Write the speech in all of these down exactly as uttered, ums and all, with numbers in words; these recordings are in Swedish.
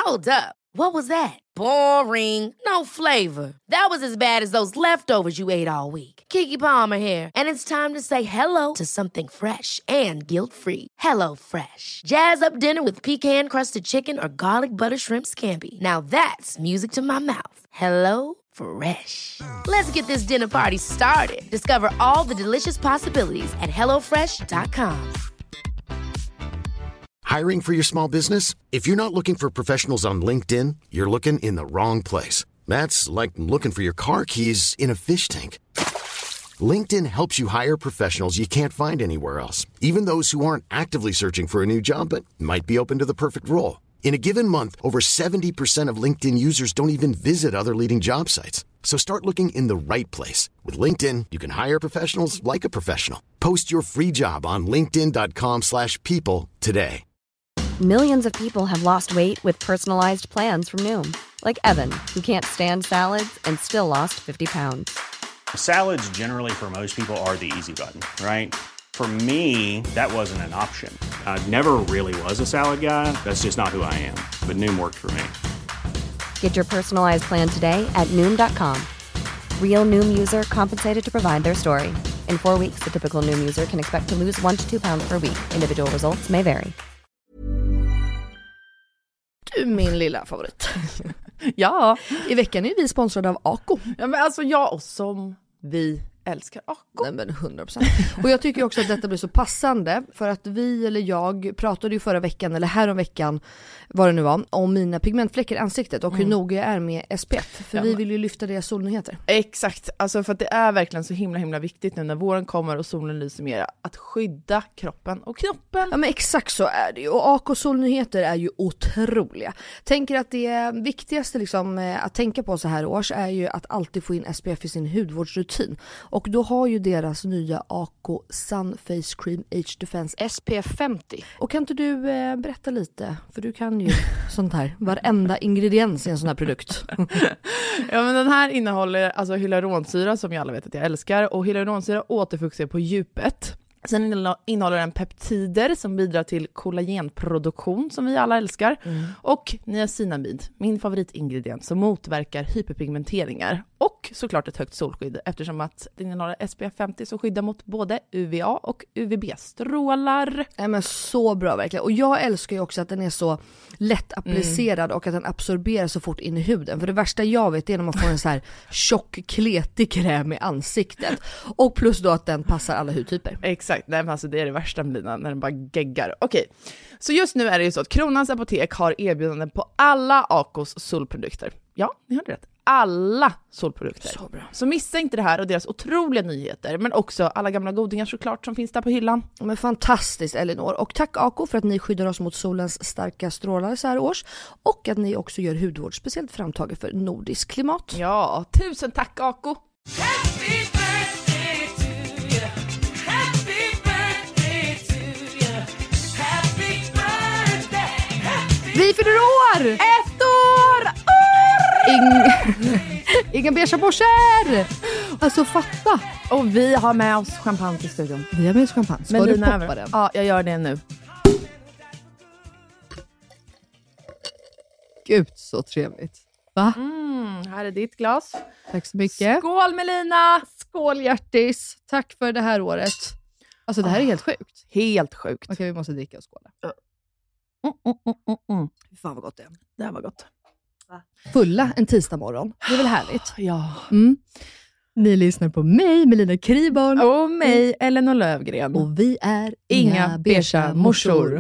Hold up. What was that? Boring. No flavor. That was as bad as those leftovers you ate all week. Keke Palmer here. And it's time to say hello to something fresh and guilt-free. Hello Fresh. Jazz up dinner with pecan-crusted chicken or garlic butter shrimp scampi. Now that's music to my mouth. Hello Fresh. Let's get this dinner party started. Discover all the delicious possibilities at hello fresh dot com. Hiring for your small business? If you're not looking for professionals on LinkedIn, you're looking in the wrong place. That's like looking for your car keys in a fish tank. LinkedIn helps you hire professionals you can't find anywhere else, even those who aren't actively searching for a new job but might be open to the perfect role. In a given month, over seventy percent of LinkedIn users don't even visit other leading job sites. So start looking in the right place. With LinkedIn, you can hire professionals like a professional. Post your free job on linkedin dot com slash people today. Millions of people have lost weight with personalized plans from Noom. Like Evan, who can't stand salads and still lost fifty pounds. Salads generally for most people are the easy button, right? For me, that wasn't an option. I never really was a salad guy. That's just not who I am. But Noom worked for me. Get your personalized plan today at Noom dot com. Real Noom user compensated to provide their story. In four weeks, the typical Noom user can expect to lose one to two pounds per week. Individual results may vary. Du, min lilla favorit. Ja. I veckan är vi sponsrade av Ako. Ja, men alltså jag och som vi älskar Ako. Nej men hundra procent. Och jag tycker också att detta blir så passande för att vi eller jag pratade ju förra veckan eller här om veckan vad det nu var om mina pigmentfläckar i ansiktet och hur mm. noga jag är med S P F för ja, vi vill ju lyfta deras solnyheter. Exakt, alltså för att det är verkligen så himla himla viktigt nu när våren kommer och solen lyser mer att skydda kroppen och knoppen. Ja men exakt så är det ju och A K solnyheter är ju otroliga. Tänker att det viktigaste liksom att tänka på så här års är ju att alltid få in S P F i sin hudvårdsrutin. Och då har ju deras nya A K Sun Face Cream Age Defense S P F femtio. Och kan inte du eh, berätta lite? För du kan ju sånt här. Varenda ingrediens i en sån här produkt. Ja men den här innehåller alltså hyaluronsyra som jag alla vet att jag älskar. Och hyaluronsyra återfuktar på djupet. Sen innehåller den peptider som bidrar till kollagenproduktion som vi alla älskar. Mm. Och niacinamid, min favoritingrediens som motverkar hyperpigmenteringar. Och såklart ett högt solskydd eftersom att den innehåller S P F femtio som skyddar mot både U V A och U V B-strålar. Ja, men så bra verkligen. Och jag älskar ju också att den är så lätt applicerad mm. och att den absorberar så fort in i huden. För det värsta jag vet är när man får en så här tjock, kletig kräm i ansiktet. Och plus då att den passar alla hudtyper. Exakt, nej, men alltså det är det värsta med när den bara geggar. Okej, så just nu är det ju så att Kronans Apotek har erbjudanden på alla A K:s solprodukter. Ja, ni hörde rätt. Alla solprodukter. Så bra. Så missa inte det här och deras otroliga nyheter. Men också alla gamla godingar såklart som finns där på hyllan. Men fantastiskt Elinor. Och tack A K för att ni skyddar oss mot solens starka strålar så här års. Och att ni också gör hudvård speciellt framtaget för nordisk klimat. Ja, tusen tack A K. Happy birthday to you. Happy birthday to you. Happy birthday. Happy Vi fyller år! Ett år! Ing- Inga beiga borser! Alltså fatta! Och vi har med oss champagne till studion. Vi har med oss champagne. Ska du poppa över den? Ja, jag gör det nu. Gud, så trevligt. Va? Mm, här är ditt glas. Tack så mycket. Skål Melina! Skål hjärtis! Tack för det här året. Alltså det här är helt sjukt. Helt sjukt. Okej, vi måste dricka och skåla. Mm, mm, mm, mm. Fan vad gott det är. Det här var gott. Fulla en tisdag morgon. Det är väl härligt? Ja. Mm. Ni lyssnar på mig, Melina Kriborn. Och mig, Elinor Lövgren. Och vi är Inga, Inga beiga morsor.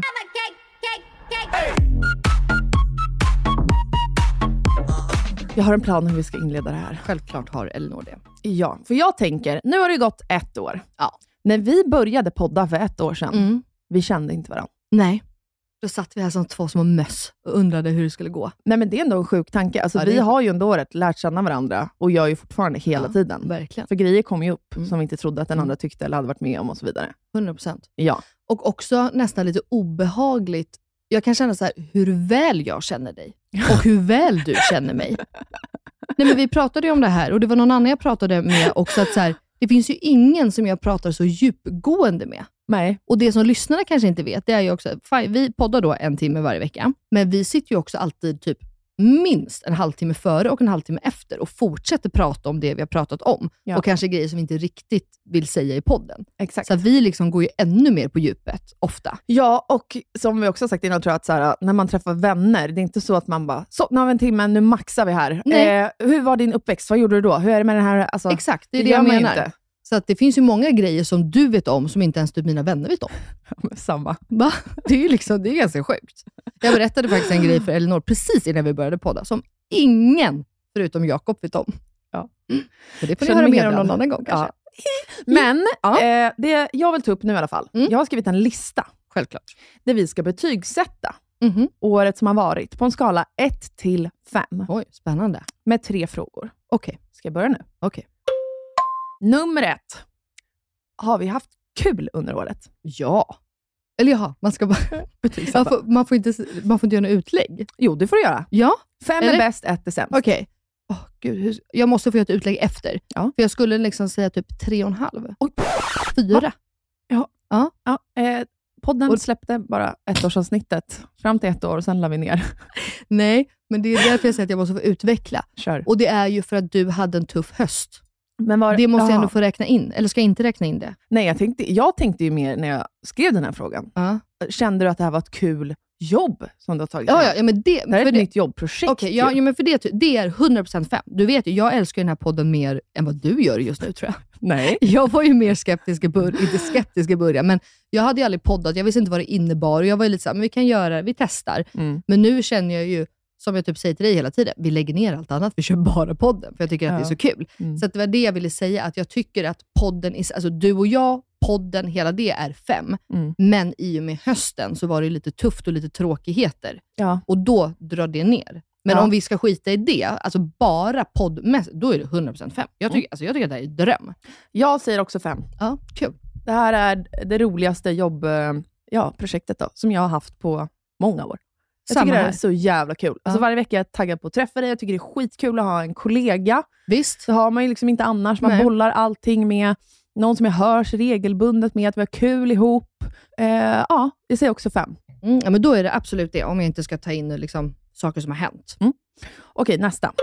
Jag har en plan hur vi ska inleda det här. Självklart har Elinor det. Ja, för jag tänker, nu har det gått ett år. Ja. När vi började podda för ett år sedan, mm. vi kände inte varandra. Nej. Då satt vi här som två små möss och undrade hur det skulle gå. Nej men det är ändå en sjuk tanke. Alltså, ja, vi är... har ju ändå året lärt känna varandra och gör ju fortfarande hela ja, tiden. Verkligen. För grejer kom ju upp mm. som vi inte trodde att den mm. andra tyckte eller hade varit med om och så vidare. hundra procent. Ja. Och också nästan lite obehagligt. Jag kan känna så här, hur väl jag känner dig. Och hur väl du känner mig. Nej men vi pratade ju om det här. Och det var någon annan jag pratade med också. Att så här, det finns ju ingen som jag pratar så djupgående med. Nej. Och det som lyssnarna kanske inte vet, det är ju också, fine, vi poddar då en timme varje vecka, men vi sitter ju också alltid typ minst en halvtimme före och en halvtimme efter och fortsätter prata om det vi har pratat om. Ja. Och kanske grejer som vi inte riktigt vill säga i podden. Exakt. Så att vi liksom går ju ännu mer på djupet, ofta. Ja, och som vi också har sagt innan, tror jag att så här, när man träffar vänner, det är inte så att man bara, så, nu har vi en timme, nu maxar vi här. Eh, hur var din uppväxt? Vad gjorde du då? Hur är det med den här? Alltså, Exakt, det är det, det jag gör man ju menar. inte. Så att det finns ju många grejer som du vet om som inte ens typ mina vänner vet om. Samma. Va? Det är ju liksom, det är ganska sjukt. Jag berättade faktiskt en grej för Elinor precis innan vi började podda som ingen förutom Jakob vet om. Ja. Så det får ni Känner höra mig mer om hedrad. någon annan gång kanske. Ja. Men Ja. eh, det jag vill ta upp nu i alla fall, Mm. jag har skrivit en lista Självklart. där vi ska betygsätta Mhm. året som har varit på en skala ett till fem Oj, spännande. med tre frågor. Okej, Ska jag börja nu? okej. Nummer ett. Har vi haft kul under året? Ja. Eller jaha, man ska bara... man, får, man, får inte, man får inte göra något utlägg. Jo, det får du göra. Ja, Fem Eller? är bäst, ett är sämst. okej. Åh gud, hur, jag måste få göra ett utlägg efter. Ja. För jag skulle liksom säga typ tre och en halv. Oj. Fyra. Ja. Ja. Ja, eh, podden Och- släppte bara ettårsavsnittet fram till ett år och sen la vi ner. Nej, men det är därför jag säger att jag måste få utveckla. Kör. Och det är ju för att du hade en tuff höst. Men var, Det måste jag Jaha. ändå få räkna in. Eller ska jag inte räkna in det? Nej, jag tänkte, jag tänkte ju mer när jag skrev den här frågan. Ja, Kände du att det här var ett kul jobb som du har tagit ja, dig ja, an? ja men det... Det här är för ett det nytt jobbprojekt. Okej, ja, ju. ja, men för det, det är hundra procent fem. Du vet ju, jag älskar den här podden mer än vad du gör just nu, tror jag. Nej. Jag var ju mer skeptisk i början, inte skeptisk i början, men jag hade ju aldrig poddat, jag visste inte vad det innebar och jag var ju lite såhär, men vi kan göra det, vi testar. Mm. Men nu känner jag ju, som jag typ säger till dig hela tiden, vi lägger ner allt annat, vi kör bara podden, för jag tycker att Ja. det är så kul. Mm. Så att det var det jag ville säga, att jag tycker att podden, är, alltså du och jag, podden, hela det är fem. Mm. Men i och med hösten så var det lite tufft och lite tråkigheter. Ja. Och då drar det ner. Men Ja. om vi ska skita i det, alltså bara poddmässigt, då är det hundra procent fem. Jag tycker, alltså jag tycker att det här är dröm. Jag säger också fem. Ja, kul. Det här är det roligaste jobb, eh, ja, projektet då, som jag har haft på många år. Jag Samma tycker det här. är så jävla kul. Alltså Ja. varje vecka är jag taggad på att träffa dig. Jag tycker det är skitkul att ha en kollega. Visst. Det har man ju liksom inte annars. Man Nej. bollar allting med någon som jag hörs regelbundet med, att vi har kul ihop. Eh, ja, jag säger också fem. Mm, ja, men då är det absolut det, om jag inte ska ta in liksom, saker som har hänt. Okej, nästa.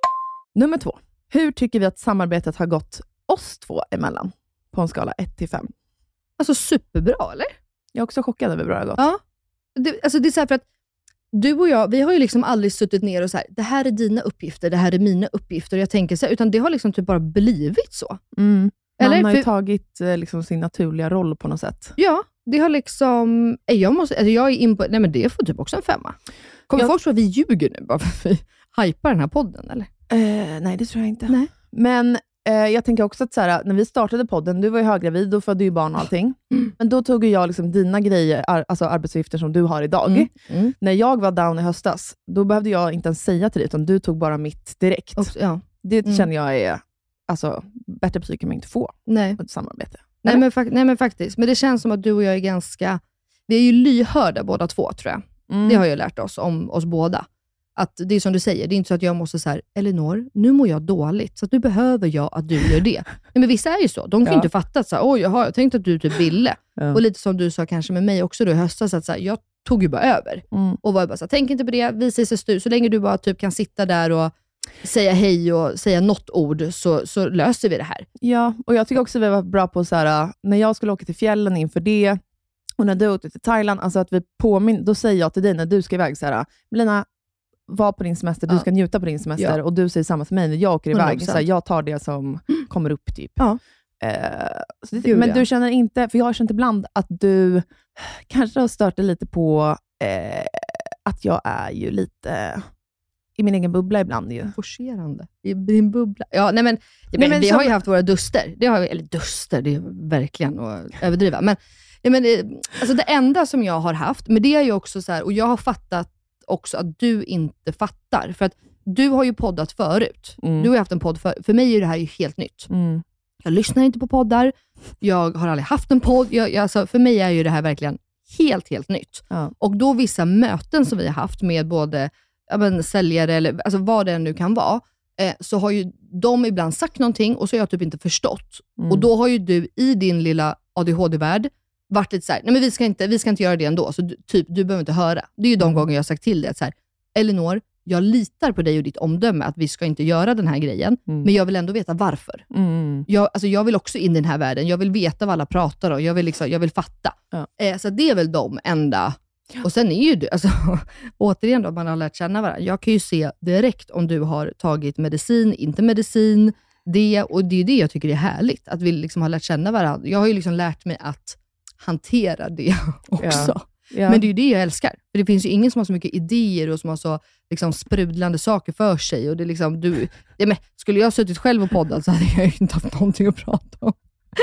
Nummer två. Hur tycker vi att samarbetet har gått oss två emellan? På en skala ett till fem. Alltså superbra, eller? Jag är också chockad över hur bra det har gått. Ja. Det, alltså det är så här för att du och jag, vi har ju liksom aldrig suttit ner och så här, det här är dina uppgifter, det här är mina uppgifter. Och jag tänker så här, utan det har liksom typ bara blivit så. Mm. Man Eller? har ju För- tagit eh, liksom sin naturliga roll på något sätt. Ja, det har liksom... eh, Jag, måste, alltså jag är in på... Nej, men det får typ också en femma. Kommer Jag- folk tro att vi ljuger nu bara för att vi hypar den här podden, eller? Eh, nej, det tror jag inte. Nej. Men eh, jag tänker också att så här, när vi startade podden, du var ju höggravid, då födde ju barn och allting. Mm. Men då tog ju jag liksom dina grejer, ar- alltså arbetsuppgifter som du har idag. Mm. Mm. När jag var down i höstas, då behövde jag inte ens säga till dig, utan du tog bara mitt direkt. Också, ja. Det Mm. känner jag är, alltså, bättre betyg kan man inte få Nej. på ett samarbete. Nej, Eller? men fak- nej, men faktiskt. Men det känns som att du och jag är ganska... Vi är ju lyhörda båda två, tror jag. Mm. Det har jag lärt oss om oss båda. Att det är som du säger, det är inte så att jag måste så här, Elinor, nu mår jag dåligt, så att nu behöver jag att du gör det. Nej, men vissa är ju så. De kan ju Ja. inte fatta att så här, oj, jaha, jag tänkte att du typ ville. Ja. Och lite som du sa kanske med mig också då i höstas, att så här, jag tog ju bara över. Mm. Och var ju bara så här, tänk inte på det, vi ses i stu. Så länge du bara typ kan sitta där och säga hej och säga något ord, så, så löser vi det här. Ja, och jag tycker också vi var bra på så här, när jag skulle åka till fjällen inför det, och när du åkte till Thailand, alltså att vi påminner, då säger jag till dig när du ska iväg så här, Melina, var på din semester, du Ja. ska njuta på din semester, Ja. och du säger samma till mig när jag åker hundra iväg. procent. Så här, jag tar det som kommer upp typ. Ja. Eh, så det, Gud, men ja. du känner inte, för jag har känt ibland att du kanske har stört dig lite på eh, att jag är ju lite i min egen bubbla ibland ju. Forcerande. I din bubbla. Ja, nej men, nej, men men vi som- har ju haft våra duster. Det har vi, eller duster, det är verkligen att överdriva. Men, nej, men det, alltså det enda som jag har haft, men det är ju också så här, och jag har fattat också att du inte fattar. För att du har ju poddat förut. Mm. Du har ju haft en podd för, för mig är det här ju helt nytt. Mm. Jag lyssnar inte på poddar. Jag har aldrig haft en podd. Jag, jag, alltså, för mig är ju det här verkligen helt, helt nytt. Ja. Och då vissa möten som vi har haft med både ja, men, säljare eller alltså, vad det nu kan vara, eh, så har ju de ibland sagt någonting och så har jag typ inte förstått. Mm. Och då har ju du i din lilla A D H D-värld varit lite så här, nej men vi ska inte, vi ska inte göra det ändå. Så du, typ, du behöver inte höra. Det är ju de gånger jag har sagt till dig att så här, Elinor, jag litar på dig och ditt omdöme att vi ska inte göra den här grejen. Mm. Men jag vill ändå veta varför. Mm. Jag, alltså jag vill också in i den här världen. Jag vill veta vad alla pratar om. Jag vill, liksom, jag vill fatta. Ja. Eh, så det är väl de enda. Ja. Och sen är ju du, alltså, återigen då, man har lärt känna varandra. Jag kan ju se direkt om du har tagit medicin, inte medicin. Det, och det är det jag tycker är härligt. Att vi liksom har lärt känna varandra. Jag har ju liksom lärt mig att hantera det också. Ja. Ja. Men det är ju det jag älskar. För det finns ju ingen som har så mycket idéer och som har så liksom sprudlande saker för sig. Och det är liksom, du, ja, men, skulle jag ha suttit själv och poddat så hade jag ju inte haft någonting att prata om.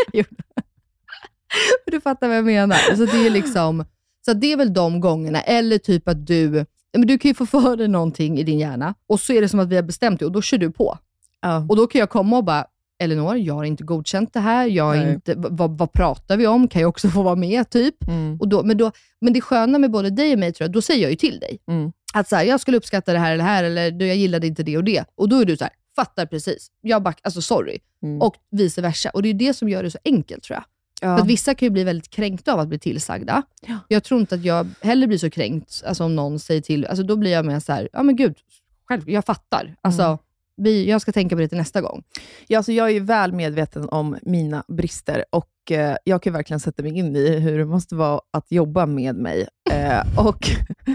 Du fattar vad jag menar. Så det är liksom, så det är väl de gångerna. Eller typ att du, ja, men du kan ju få för dig någonting i din hjärna. Och så är det som att vi har bestämt det och då kör du på. Ja. Och då kan jag komma och bara, Elinor, jag har inte godkänt det här. Jag är inte, vad, vad pratar vi om? Kan jag också få vara med typ? Mm. Och då, men, då, men det sköna med både dig och mig tror jag, då säger jag ju till dig. Mm. Att så här, jag skulle uppskatta det här eller här, eller du, jag gillade inte det och det. Och då är du så här, fattar precis. Jag back, alltså sorry. Mm. Och vice versa. Och det är det som gör det så enkelt tror jag. Ja. För att vissa kan ju bli väldigt kränkta av att bli tillsagda. Ja. Jag tror inte att jag heller blir så kränkt, alltså om någon säger till. Alltså då blir jag med så här, ja men gud, själv, jag fattar. Alltså, mm. Vi, jag ska tänka på det till nästa gång. Ja, alltså jag är ju väl medveten om mina brister och eh, jag kan verkligen sätta mig in i hur det måste vara att jobba med mig. Eh, och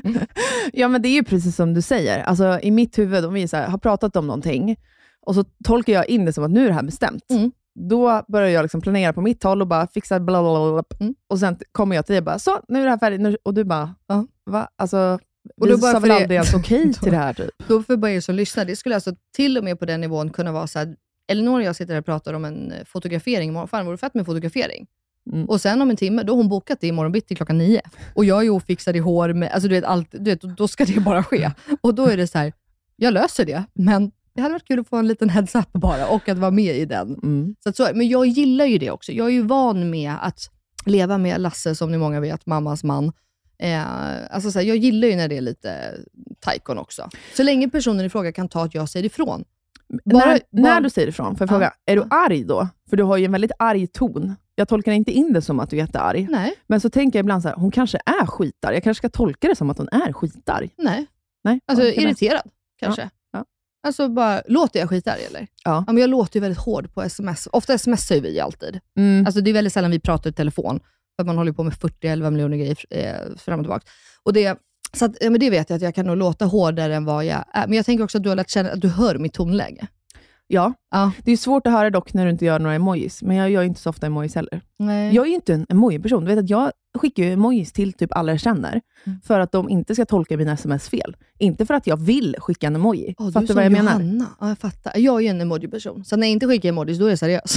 ja, men det är ju precis som du säger. Alltså i mitt huvud, om vi så här, har pratat om någonting och så tolkar jag in det som att nu är det här bestämt. Mm. Då börjar jag liksom planera på mitt håll och bara fixa blablabla. Mm. Och sen kommer jag till dig och bara, så, nu är det här färdigt. Och du bara, uh. va? Alltså... Och då bara väl aldrig ens okej okay till det här typ. Då för bara er som lyssnar, det skulle alltså till och med på den nivån kunna vara så här, Elinor och jag sitter här och pratar om en fotografering imorgon. Fan, vore det fett med fotografering? Mm. Och sen om en timme, då har hon bokat det imorgon bitti klockan nio. Och jag är ju ofixad i hår med, alltså du vet, allt, du vet, då ska det bara ske. Och då är det så här, jag löser det, men det hade varit kul att få en liten heads up bara och att vara med i den. Mm. Så att så, men jag gillar ju det också. Jag är ju van med att leva med Lasse, som ni många vet, mammas man. Eh, alltså så här, jag gillar ju när det är lite taikon också. Så länge personen i fråga kan ta att jag säger ifrån. Bara, när, bara... när du säger ifrån, för jag fråga, ja. Är du arg då? För du har ju en väldigt arg ton. Jag tolkar inte in det som att du är jättearg. Nej. Men så tänker jag ibland så här, hon kanske är skitar. Jag kanske ska tolka det som att hon är skitarg. Nej. Nej. Alltså irriterad, kanske. Ja. Ja. Alltså bara, låter jag skitarg eller? Ja. Ja, men jag låter ju väldigt hård på sms. Ofta smsar ju vi alltid. Mm. Alltså det är väldigt sällan vi pratar i telefon. För att man håller på med fyrtio till elva miljoner grejer eh, fram och tillbaka. Och det, så att, ja, men det vet jag att jag kan nog låta hårdare än vad jag är. Men jag tänker också att du har lärt känna att du hör mitt tonläge. Ja, ja. Det är svårt att höra dock när du inte gör några emojis. Men jag gör inte så ofta emojis heller. Nej. Jag är ju inte en emoji-person. Du vet att jag skickar ju emojis till typ alla jag känner. Mm. För att de inte ska tolka mina sms fel. Inte för att jag vill skicka en emoji. Oh, fattar du vad jag Johanna. menar? Ja, jag fattar. Jag är ju en emoji-person. Så när jag inte skickar emojis, då är jag seriös.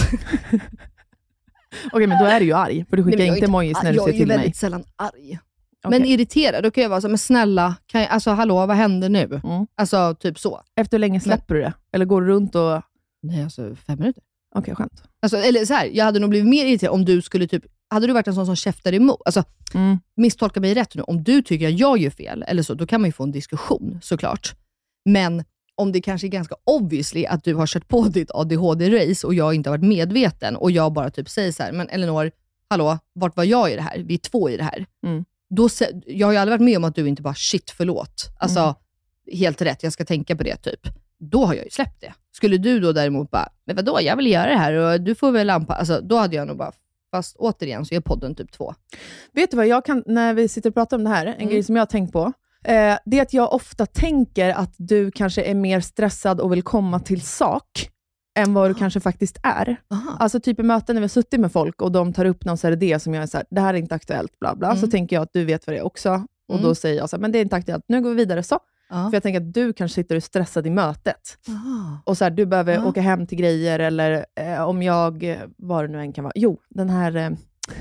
Okej, men då är du ju arg. För du skickar inte emojis när du ser till mig. Jag är ju väldigt sällan arg. Okay. Men irriterad, då kan jag vara så, men snälla, kan jag, alltså hallå, vad händer nu? Mm. Alltså, typ så. Efter hur länge släpper men, du det? Eller går du runt och... Nej, alltså fem minuter. Okej, okay, skönt. Alltså, eller så här, jag hade nog blivit mer irriterad om du skulle typ, hade du varit en sån som käftar emot? Alltså, mm. misstolka mig rätt nu. Om du tycker att jag gör fel, eller så, då kan man ju få en diskussion, såklart. Men om det kanske är ganska obviously att du har kört på ditt A D H D-race och jag inte har varit medveten och jag bara typ säger så här, men Elinor, hallå, vart var jag i det här? Vi är två i det här. Mm. Då, jag har ju aldrig varit med om att du inte bara, shit, förlåt. Alltså, mm. helt rätt, jag ska tänka på det typ. Då har jag ju släppt det. Skulle du då däremot bara, men vadå, jag vill göra det här och du får väl anpassa. Alltså, då hade jag nog bara, fast återigen så är podden typ två. Vet du vad, jag kan, när vi sitter och pratar om det här, en mm. grej som jag har tänkt på, eh, det är att jag ofta tänker att du kanske är mer stressad och vill komma till sak än vad du kanske faktiskt är. Aha. Alltså typ i möten när vi har suttit med folk och de tar upp någon så här idé som jag är så här, det här är inte aktuellt, bla bla. Mm. Så tänker jag att du vet vad det är också. Och mm. då säger jag så här, men det är inte aktuellt, nu går vi vidare så. Aha. För jag tänker att du kanske sitter och stressad i mötet. Aha. Och så här, du behöver Aha. åka hem till grejer eller eh, om jag, vad det nu än kan vara. Jo, den här, eh,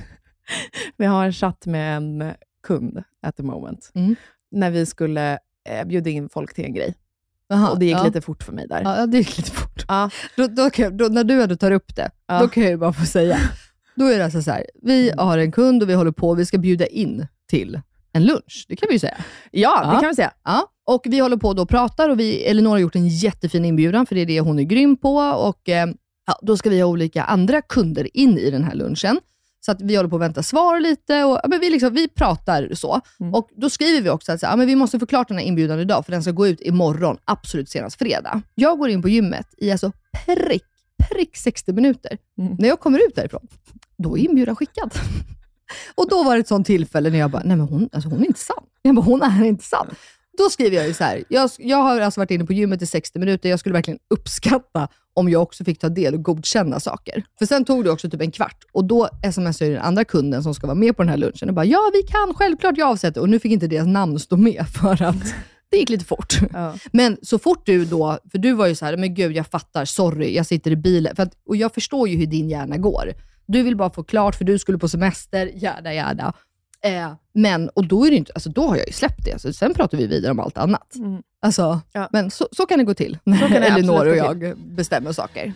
vi har en chatt med en kund at the moment. Mm. När vi skulle eh, bjuda in folk till en grej. Aha, och det gick ja. lite fort för mig där. Ja, det gick lite fort. Ja. Då, då kan, då, när du ändå tar upp det, ja. då kan jag ju bara få säga. Då är det alltså så här, vi har en kund och vi håller på, vi ska bjuda in till en lunch. Det kan vi ju säga. Ja, ja. det kan vi säga. Ja. Och vi håller på då och pratar och vi, Elinor har gjort en jättefin inbjudan för det är det hon är grym på. Och eh, ja, då ska vi ha olika andra kunder in i den här lunchen. Så att vi håller på att vänta svar lite. Och, ja, men vi, liksom, vi pratar så. Mm. Och då skriver vi också att så, ja, men vi måste förklara den här inbjudan idag. För den ska gå ut imorgon, absolut senast fredag. Jag går in på gymmet i alltså prick, prick sextio minuter. Mm. När jag kommer ut därifrån, då är inbjudan skickad. Och då var det ett sånt tillfälle när jag bara, nej men hon, alltså hon är inte sann. Jag bara, hon är inte sann. Då skriver jag ju så här, jag, jag har alltså varit inne på gymmet i sextio minuter. Jag skulle verkligen uppskatta om jag också fick ta del och godkänna saker. För sen tog det också typ en kvart. Och då smsade jag den andra kunden som ska vara med på den här lunchen. Och bara, ja vi kan, självklart jag avsätter. Och nu fick inte deras namn stå med för att det gick lite fort. Ja. Men så fort du då, för du var ju så här, men gud jag fattar, sorry, jag sitter i bilen. För att, och jag förstår ju hur din hjärna går. Du vill bara få klart för du skulle på semester, jäda jäda. Eh, men, och då är det inte, alltså då har jag ju släppt det. Så sen pratar vi vidare om allt annat. Mm. Alltså, ja. Men så, så kan det gå till. När Elinor och jag bestämmer saker.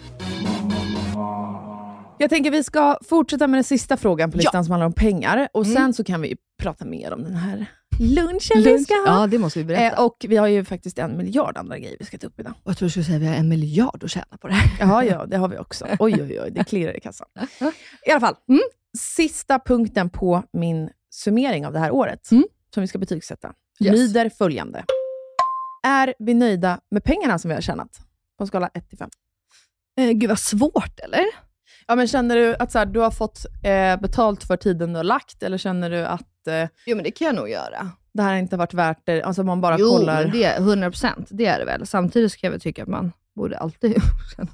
Jag tänker vi ska fortsätta med den sista frågan på listan, ja, som handlar om pengar. Och sen mm. så kan vi prata mer om den här lunchen Lunch. vi ska ha. Ja, det måste vi berätta. Eh, och vi har ju faktiskt en miljard andra grejer vi ska ta upp idag. Jag tror du skulle säga att vi har en miljard att tjäna på det här. Ja, ja, det har vi också. Oj, oj, oj, det klirrar i kassan. I alla fall, mm. sista punkten på min summering av det här året, mm. som vi ska betygsätta, yes. lyder följande. Är vi nöjda med pengarna som vi har tjänat? På en skala ett till fem. Eh, gud vad svårt, eller? Ja, men känner du att så här, du har fått eh, betalt för tiden du har lagt? Eller känner du att... Eh, jo, men det kan jag nog göra. Det här har inte varit värt det. Alltså man bara jo, kollar... Jo, det är hundra procent. Det är det väl. Samtidigt ska jag väl tycka att man borde alltid känna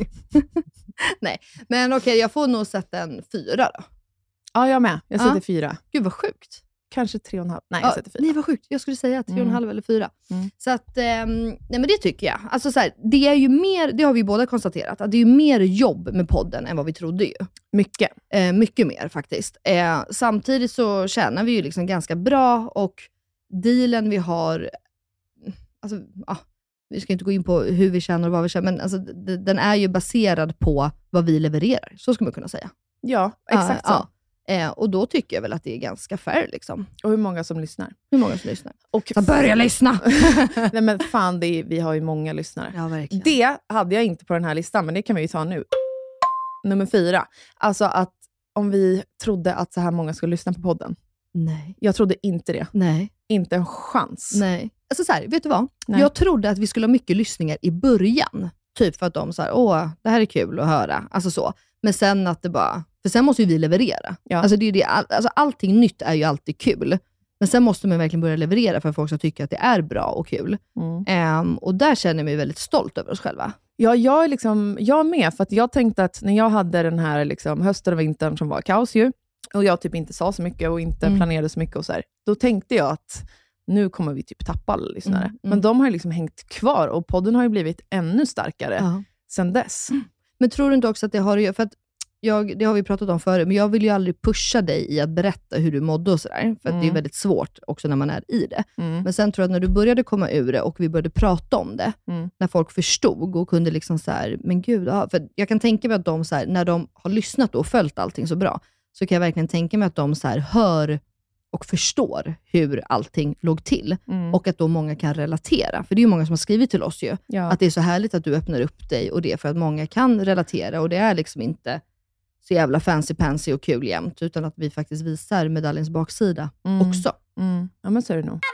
Nej, men okej, okay, jag får nog sätta en fyra då. Ja, jag med. Jag sätter ja. fyra. Gud vad sjukt. Kanske tre och en halv. Nej, ja, jag sätter fyra. Nej, vad sjukt. Jag skulle säga tre och en halv mm. eller fyra. Mm. Så att, eh, nej men det tycker jag. Alltså så här, det är ju mer, det har vi båda konstaterat, att det är ju mer jobb med podden än vad vi trodde ju. Mycket. Eh, mycket mer faktiskt. Eh, samtidigt så tjänar vi ju liksom ganska bra och dealen vi har, alltså, ah, vi ska inte gå in på hur vi tjänar och vad vi tjänar, men alltså, d- den är ju baserad på vad vi levererar. Så ska man kunna säga. Ja, exakt ah, så. Ah. Eh, och då tycker jag väl att det är ganska fair liksom. Och hur många som lyssnar? Hur många som lyssnar? Och så börja lyssna! Nej men fan, det är, vi har ju många lyssnare. Ja, verkligen. Det hade jag inte på den här listan, men det kan vi ju ta nu. Nummer fyra. Alltså att om vi trodde att så här många skulle lyssna på podden. Nej. Jag trodde inte det. Nej. Inte en chans. Nej. Alltså så här, vet du vad? Nej. Jag trodde att vi skulle ha mycket lyssningar i början. Typ för att de så här, åh, det här är kul att höra. Alltså så. Men sen att det bara... För sen måste ju vi leverera. Ja. Alltså, det är det, all, alltså allting nytt är ju alltid kul. Men sen måste man verkligen börja leverera för att folk ska tycka att det är bra och kul. Mm. Um, och där känner jag mig väldigt stolt över oss själva. Ja, jag är liksom, jag med. För att jag tänkte att när jag hade den här liksom, hösten och vintern som var kaos ju. Och jag typ inte sa så mycket och inte mm. planerade så mycket och så här. Då tänkte jag att nu kommer vi typ tappa alla lyssnare. Mm. Mm. Men de har ju liksom hängt kvar och podden har ju blivit ännu starkare uh-huh. sedan dess. Mm. Men tror du inte också att det har att göra, för att jag, det har vi pratat om förut, men jag vill ju aldrig pusha dig i att berätta hur du mådde och sådär. För att mm. det är väldigt svårt också när man är i det. Mm. Men sen tror jag att när du började komma ur det och vi började prata om det, mm. när folk förstod och kunde liksom så här, men gud, ja, för jag kan tänka mig att de så här, när de har lyssnat och följt allting så bra, så kan jag verkligen tänka mig att de så här hör och förstår hur allting låg till. Mm. Och att då många kan relatera. För det är ju många som har skrivit till oss ju. Ja. Att det är så härligt att du öppnar upp dig och det för att många kan relatera. Och det är liksom inte så jävla fancy-pansy och kul jämt. Utan att vi faktiskt visar medaljens baksida mm. också. Mm. Ja, men så är det nog.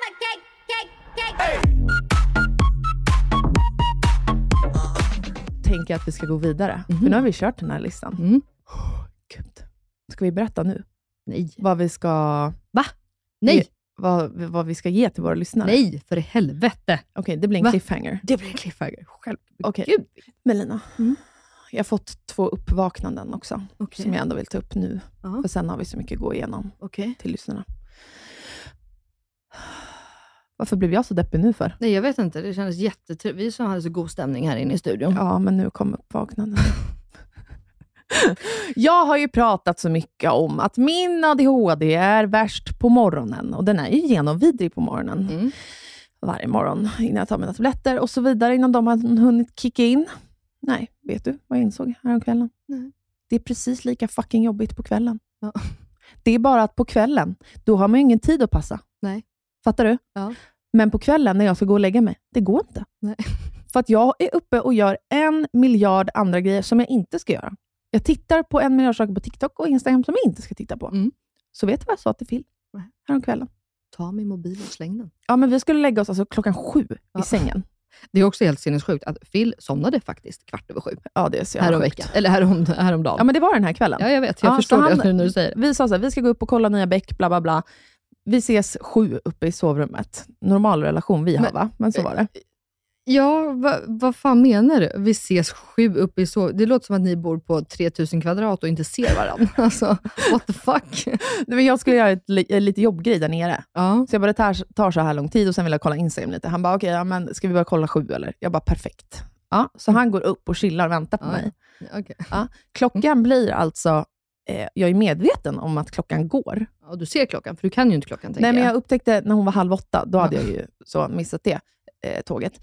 Tänker att vi ska gå vidare. Mm. För nu har vi kört den här listan. Mm. Oh, Gud. Ska vi berätta nu? Nej. Vad vi ska... Va? Nej. Ge, vad, vad vi ska ge till våra lyssnare. Nej, för i helvete. Okej, okay, det blir en Va? cliffhanger. Det blir en cliffhanger. Själv. Okej. Okay. Melina. Mm. Jag har fått två uppvaknanden också. Okay. Som jag ändå vill ta upp nu. Uh-huh. För sen har vi så mycket att gå igenom okay. till lyssnarna. Varför blev jag så deppig nu för? Nej, jag vet inte. Det kändes jättetrevligt. Vi som hade så god stämning här inne i studion. Ja, men nu kom uppvaknanden. Jag har ju pratat så mycket om att min A D H D är värst på morgonen. Och den är ju genomvidrig på morgonen. Mm. Varje morgon innan jag tar mina tabletter och så vidare. Innan de har hunnit kicka in. Nej, vet du vad jag insåg här om kvällen? Nej. Det är precis lika fucking jobbigt på kvällen. Ja. Det är bara att på kvällen, då har man ju ingen tid att passa. Nej. Fattar du? Ja. Men på kvällen när jag ska gå och lägga mig, det går inte. Nej. För att jag är uppe och gör en miljard andra grejer som jag inte ska göra. Jag tittar på en miljard saker på TikTok och Instagram som jag inte ska titta på. Mm. Så vet du vad jag sa till Phil häromkvällen? Ta min mobil och släng den. Ja, men vi skulle lägga oss alltså klockan sju Ja. i sängen. Det är också helt sinnessjukt att Phil somnade faktiskt kvart över sju. Ja, det är så Här jävla om sjukt. veckan. Eller härom, häromdagen. Ja, men det var den här kvällen. Ja, jag vet. Jag Ja, förstår så det han- nu när du säger det. Vi sa så här, vi ska gå upp och kolla nya bäck, bla bla bla. Vi ses sju uppe i sovrummet. Normal relation vi har, Men- va? Men så var det. Ja, va, vad fan menar du? Vi ses sju uppe i så... Det låter som att ni bor på tre tusen kvadrat och inte ser varandra. Alltså, what the fuck? Nej, men jag skulle göra ett, li- ett lite jobbgrej där nere. Ja. Så jag bara, det tar, tar så här lång tid och sen vill jag kolla Instagram lite. Han bara, okej, ja, men ska vi bara kolla sju eller? Jag bara, perfekt. Ja, så han går upp och chillar och väntar på Ja, mig. Okej. Ja, klockan blir alltså, eh, jag är medveten om att klockan går. Ja, du ser klockan, för du kan ju inte klockan, tänker Nej, men jag. jag upptäckte när hon var halv åtta, då hade Ja. jag ju så missat det eh, tåget.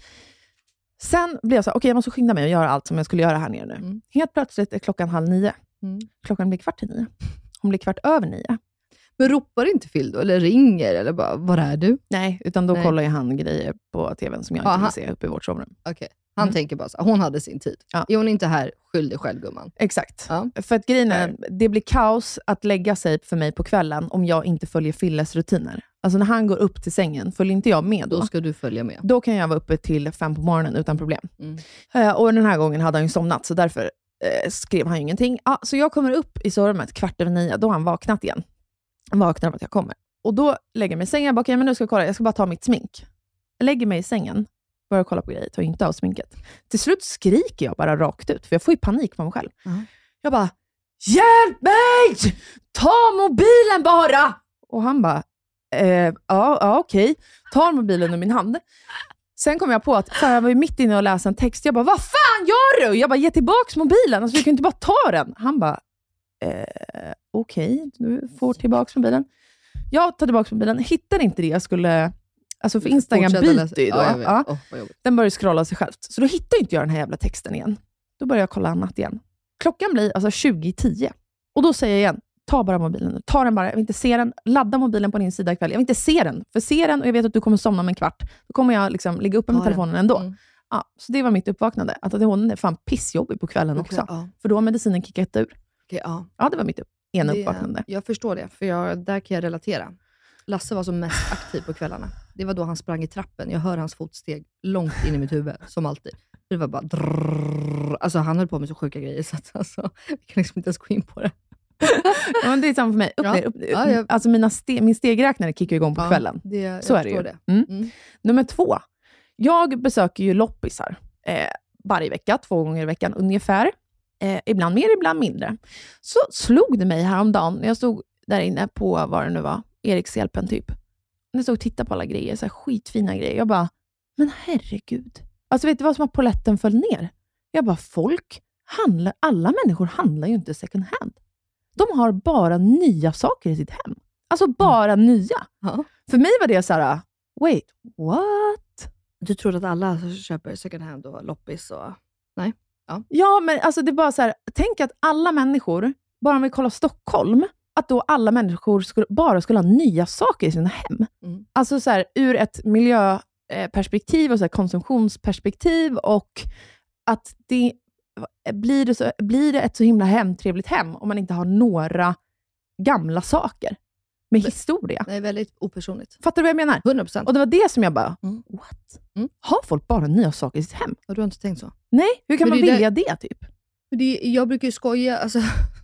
Sen blev jag så här, okej, jag måste skynda mig och göra allt som jag skulle göra här nere nu. Mm. Helt plötsligt är klockan halv nio. Mm. Klockan blir kvart i nio. Hon blir kvart över nio. Men ropar inte Phil då? Eller ringer? Eller bara, var är du? Nej, utan då Nej. kollar ju han grejer på tvn som jag Ja, inte vill han- se uppe i vårt sovrum. Okej. Han Mm. tänker bara så här, hon hade sin tid. Ja. Är hon inte här, skyll dig själv, gumman. Exakt. Ja. För att grejen är, det blir kaos att lägga sig för mig på kvällen om jag inte följer Filles rutiner. Alltså när han går upp till sängen, följer inte jag med då. Då ska du följa med. Då kan jag vara uppe till fem på morgonen utan problem. Mm. Eh, och den här gången hade han ju somnat, så därför eh, skrev han ju ingenting. Ah, så jag kommer upp i sovrummet kvart över nio, då har han vaknat igen. Han vaknar av att jag kommer. Och då lägger jag mig i sängen, jag bara, okej, men nu ska jag kolla, jag ska bara ta mitt smink. Jag lägger mig i sängen, börjar kolla på grejer, tar inte av sminket. Till slut skriker jag bara rakt ut, för jag får ju panik på mig själv. Mm. Jag bara, hjälp mig! Ta mobilen bara! Och han bara, eh, ja, ja okej. Tar mobilen ur min hand. Sen kom jag på att fan, jag var ju mitt inne och läste en text. Jag bara, vad fan gör du? Jag bara, ge tillbaks mobilen. Alltså, du kan inte bara ta den. Han bara, eh, okej, du får tillbaks mobilen. Jag tar tillbaks mobilen. Hittar inte det jag skulle... Alltså för Instagram Fortsätta byter läsa. ju då. Ja, jag vet. Ja. Åh, vad jobbigt. Den börjar scrolla sig själv. Så då hittar inte jag den här jävla texten igen. Då börjar jag kolla annat igen. Klockan blir alltså tjugo tio. Och då säger jag igen, ta bara mobilen nu. Ta den bara, jag vill inte se den. Ladda mobilen på din sida ikväll. Jag vill inte se den. För se den och jag vet att du kommer somna om en kvart. Då kommer jag liksom ligga uppe med Ta telefonen den. ändå. Mm. Ja, så det var mitt uppvaknande. Att hon är fan pissjobbig på kvällen Okej, också. ja. För då har medicinen kickat ur. Okej, ja. Ja, det var mitt upp, ena Det- uppvaknande. Jag förstår det, för jag, där kan jag relatera. Lasse var som mest aktiv på kvällarna. Det var då han sprang i trappen. Jag hör hans fotsteg långt in i mitt huvud, som alltid. Det var bara drrrr. Alltså han höll på med så sjuka grejer, så att, alltså, vi kan liksom inte ens gå in på det. Ja, men det är samma för mig. Upp, Ja. ner, upp, Ja, jag- Alltså mina ste, min stegräknare kickar igång på Ja, kvällen. Det, jag Så är det förstår ju. det. Mm. Mm. Nummer två. Jag besöker ju loppisar eh, varje vecka, två gånger i veckan ungefär. Eh, ibland mer, ibland mindre. Så slog det mig häromdagen när jag stod där inne på, vad det nu var, Erikshjälpen typ. När jag stod och tittade på alla grejer, så här skitfina grejer. Jag bara, men herregud. Alltså vet du vad som har poletten föll ner? Jag bara, folk handlar, alla människor handlar ju inte second hand. De har bara nya saker i sitt hem. Alltså bara nya. Ja. För mig var det så här, wait, what? Du tror att alla köper second hand och loppis och... Ja, men alltså det är bara så här, tänk att alla människor, bara om vi kollar Stockholm, att då alla människor skulle, bara skulle ha nya saker i sina hem. Mm. Alltså så här, ur ett miljöperspektiv och så här konsumtionsperspektiv, och att det blir, det så, blir det ett så himla hemtrevligt hem om man inte har några gamla saker med historia. Det är väldigt opersonligt. Fattar du vad jag menar? hundra procent. Och det var det som jag bara, Mm. what? Mm. Har folk bara nya saker i sitt hem? Och du har inte tänkt så? Nej, hur kan Men man det är vilja det typ? För det, jag brukar ju skoja, alltså,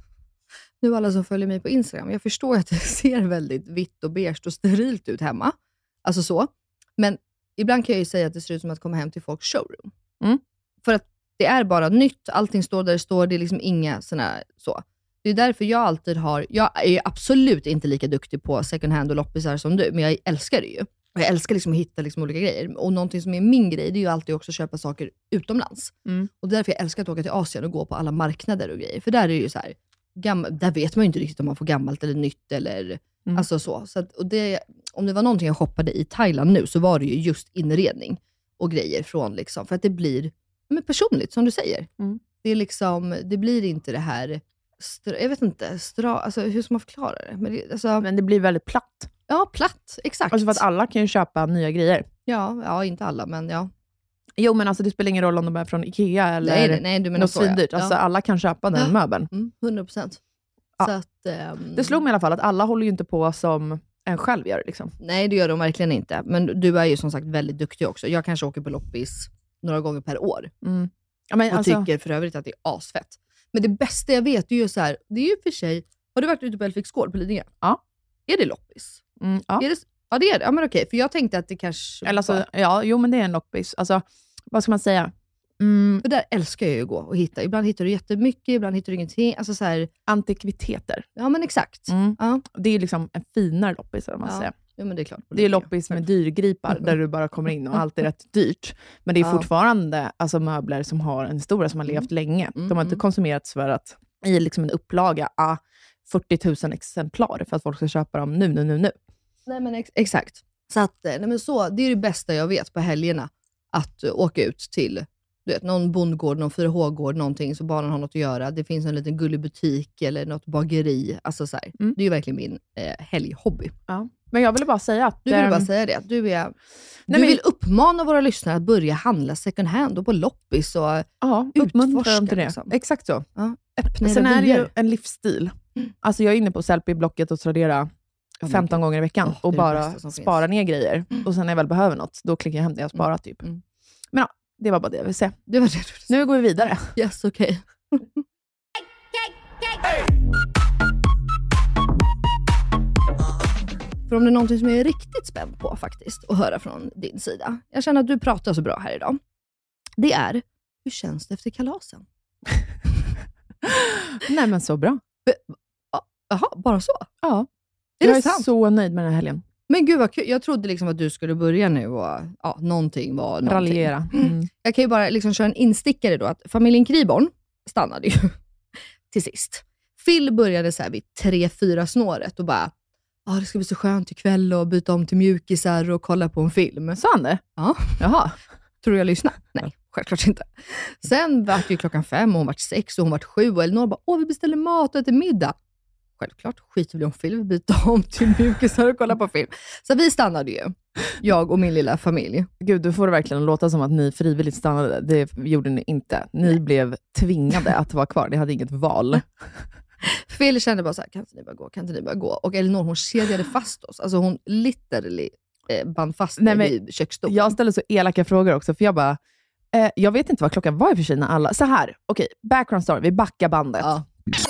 nu alla som följer mig på Instagram, jag förstår att det ser väldigt vitt och beige och sterilt ut hemma. Alltså så. Men ibland kan jag ju säga att det ser ut som att komma hem till folks showroom. Mm. För att det är bara nytt, allting står där det står, det är liksom inga såna så. Det är därför jag alltid har, jag är absolut inte lika duktig på second hand och loppisar som du, men jag älskar det ju. Och jag älskar liksom att hitta liksom olika grejer. Och någonting som är min grej, det är ju alltid också att köpa saker utomlands. Mm. Och därför jag älskar att åka till Asien och gå på alla marknader och grejer. För där är det ju så här, gam- där vet man ju inte riktigt om man får gammalt eller nytt eller Mm. alltså så. så att, och det, om det var någonting jag shoppade i Thailand nu, så var det ju just inredning och grejer från liksom, för att det blir men personligt, som du säger. Mm. Det är liksom, det blir inte det här, stra, jag vet inte, stra, alltså hur ska man förklara det? Men det, alltså, Men det blir väldigt platt. ja, platt, exakt. Alltså för att alla kan ju köpa nya grejer. ja, ja, inte alla, men ja. Jo men alltså det spelar ingen roll om de är från Ikea eller Nej, nej, nej, du menar något så, ja. svindyrt. Alltså Ja. alla kan köpa den Ja. möbeln. Mm, hundra procent. Ja. Så att, ehm, Det slog mig i alla fall att alla håller ju inte på som en själv gör liksom. Nej, det gör de verkligen inte. Men du är ju som sagt väldigt duktig också. Jag kanske åker på loppis några gånger per år. Mm. Ja, men Och alltså, tycker för övrigt att det är asfett. Men det bästa jag vet är ju så här. Det är ju för sig. Har du varit ute på Elfiks gård på Lidingö? Ja. Är det loppis? mm, ja. Är det, ja det är det. Ja men okej. För jag tänkte att det kanske Eller alltså, var- ja, jo men det är en loppis. Alltså, vad ska man säga? Mm, För där älskar jag ju att gå och hitta. Ibland hittar du jättemycket, ibland hittar du ingenting. Alltså så här, antikviteter. ja men exakt. Mm. Ja. Det är liksom en finare loppis, om man Ja. säger. Ja men det är klart. Det är loppis med dyrgripar där du bara kommer in och allt är rätt dyrt. Men det är Ja. fortfarande alltså, möbler som har en historia som har levt länge. Mm, De har inte mm. konsumerats för att i liksom en upplaga ah, fyrtio tusen exemplar för att folk ska köpa dem nu, nu, nu, nu. Nej men ex- exakt. Så att, eh, nej men så, det är det bästa jag vet på helgerna. Att uh, åka ut till du vet, någon bondgård, någon fyra H-gård, någonting så barnen har något att göra. Det finns en liten gullig butik eller något bageri. Alltså så här, Mm. det är ju verkligen min eh, helghobby. Ja. Men jag ville bara säga att... Du vill ehm, bara säga det. Du, är, du men- vill uppmana våra lyssnare att börja handla second hand och på loppis och Ja, uppmuntra utforska, dem till det. liksom. Exakt så. öppna Sen era är det ju vyer. en livsstil. Mm. Alltså jag är inne på Sellpy-blocket och Tradera men femton gånger i veckan Åh, det är och det bara bästa som spara finns. ner grejer. Mm. Och sen när jag väl behöver något, då klickar jag hem det jag har sparat typ. Mm. Men ja, det var bara det jag ville säga. Det var det du sa. Nu går vi vidare. Yes, okej. För om det är någonting som jag är riktigt spänd på faktiskt att höra från din sida. Jag känner att du pratar så bra här idag. Det är, hur känns det efter kalasen? Nej men så bra. Jaha, bara så? Ja. Är jag det är sant? så nöjd med den här helgen. Men gud vad kul. Jag trodde liksom att du skulle börja nu och ja, någonting var någonting. Raljera. Mm. Jag kan ju bara liksom köra en instickare då, att familjen Kriborn stannade ju till sist. Phil började så här vid tre fyra snåret och bara, ja ah, det ska bli så skönt ikväll och byta om till mjukisar och kolla på en film. Sa han det? Ja. Jaha. Tror du jag lyssnade? Nej, självklart inte. Sen var det ju klockan fem och hon var sex och hon var sju och Elinor bara, åh vi beställer mat och äter middag. Självklart skiter vi om Phil, vi byter om till mjukisar och kolla på film. Så vi stannade ju, jag och min lilla familj. Gud, du får det verkligen låta som att ni frivilligt stannade. Det gjorde ni inte. Ni Nej. blev tvingade att vara kvar. Ni hade inget val. Phil kände bara så här, kan inte ni bara gå, kan inte ni bara gå? Och Elinor hon kedjade fast oss. Alltså hon literally eh, band fast Nej, mig men vid köksstolen. Jag ställde så elaka frågor också, för jag bara, eh, jag vet inte vad klockan var i och för sig när alla, så här, okej, background story, vi backar bandet. Ja,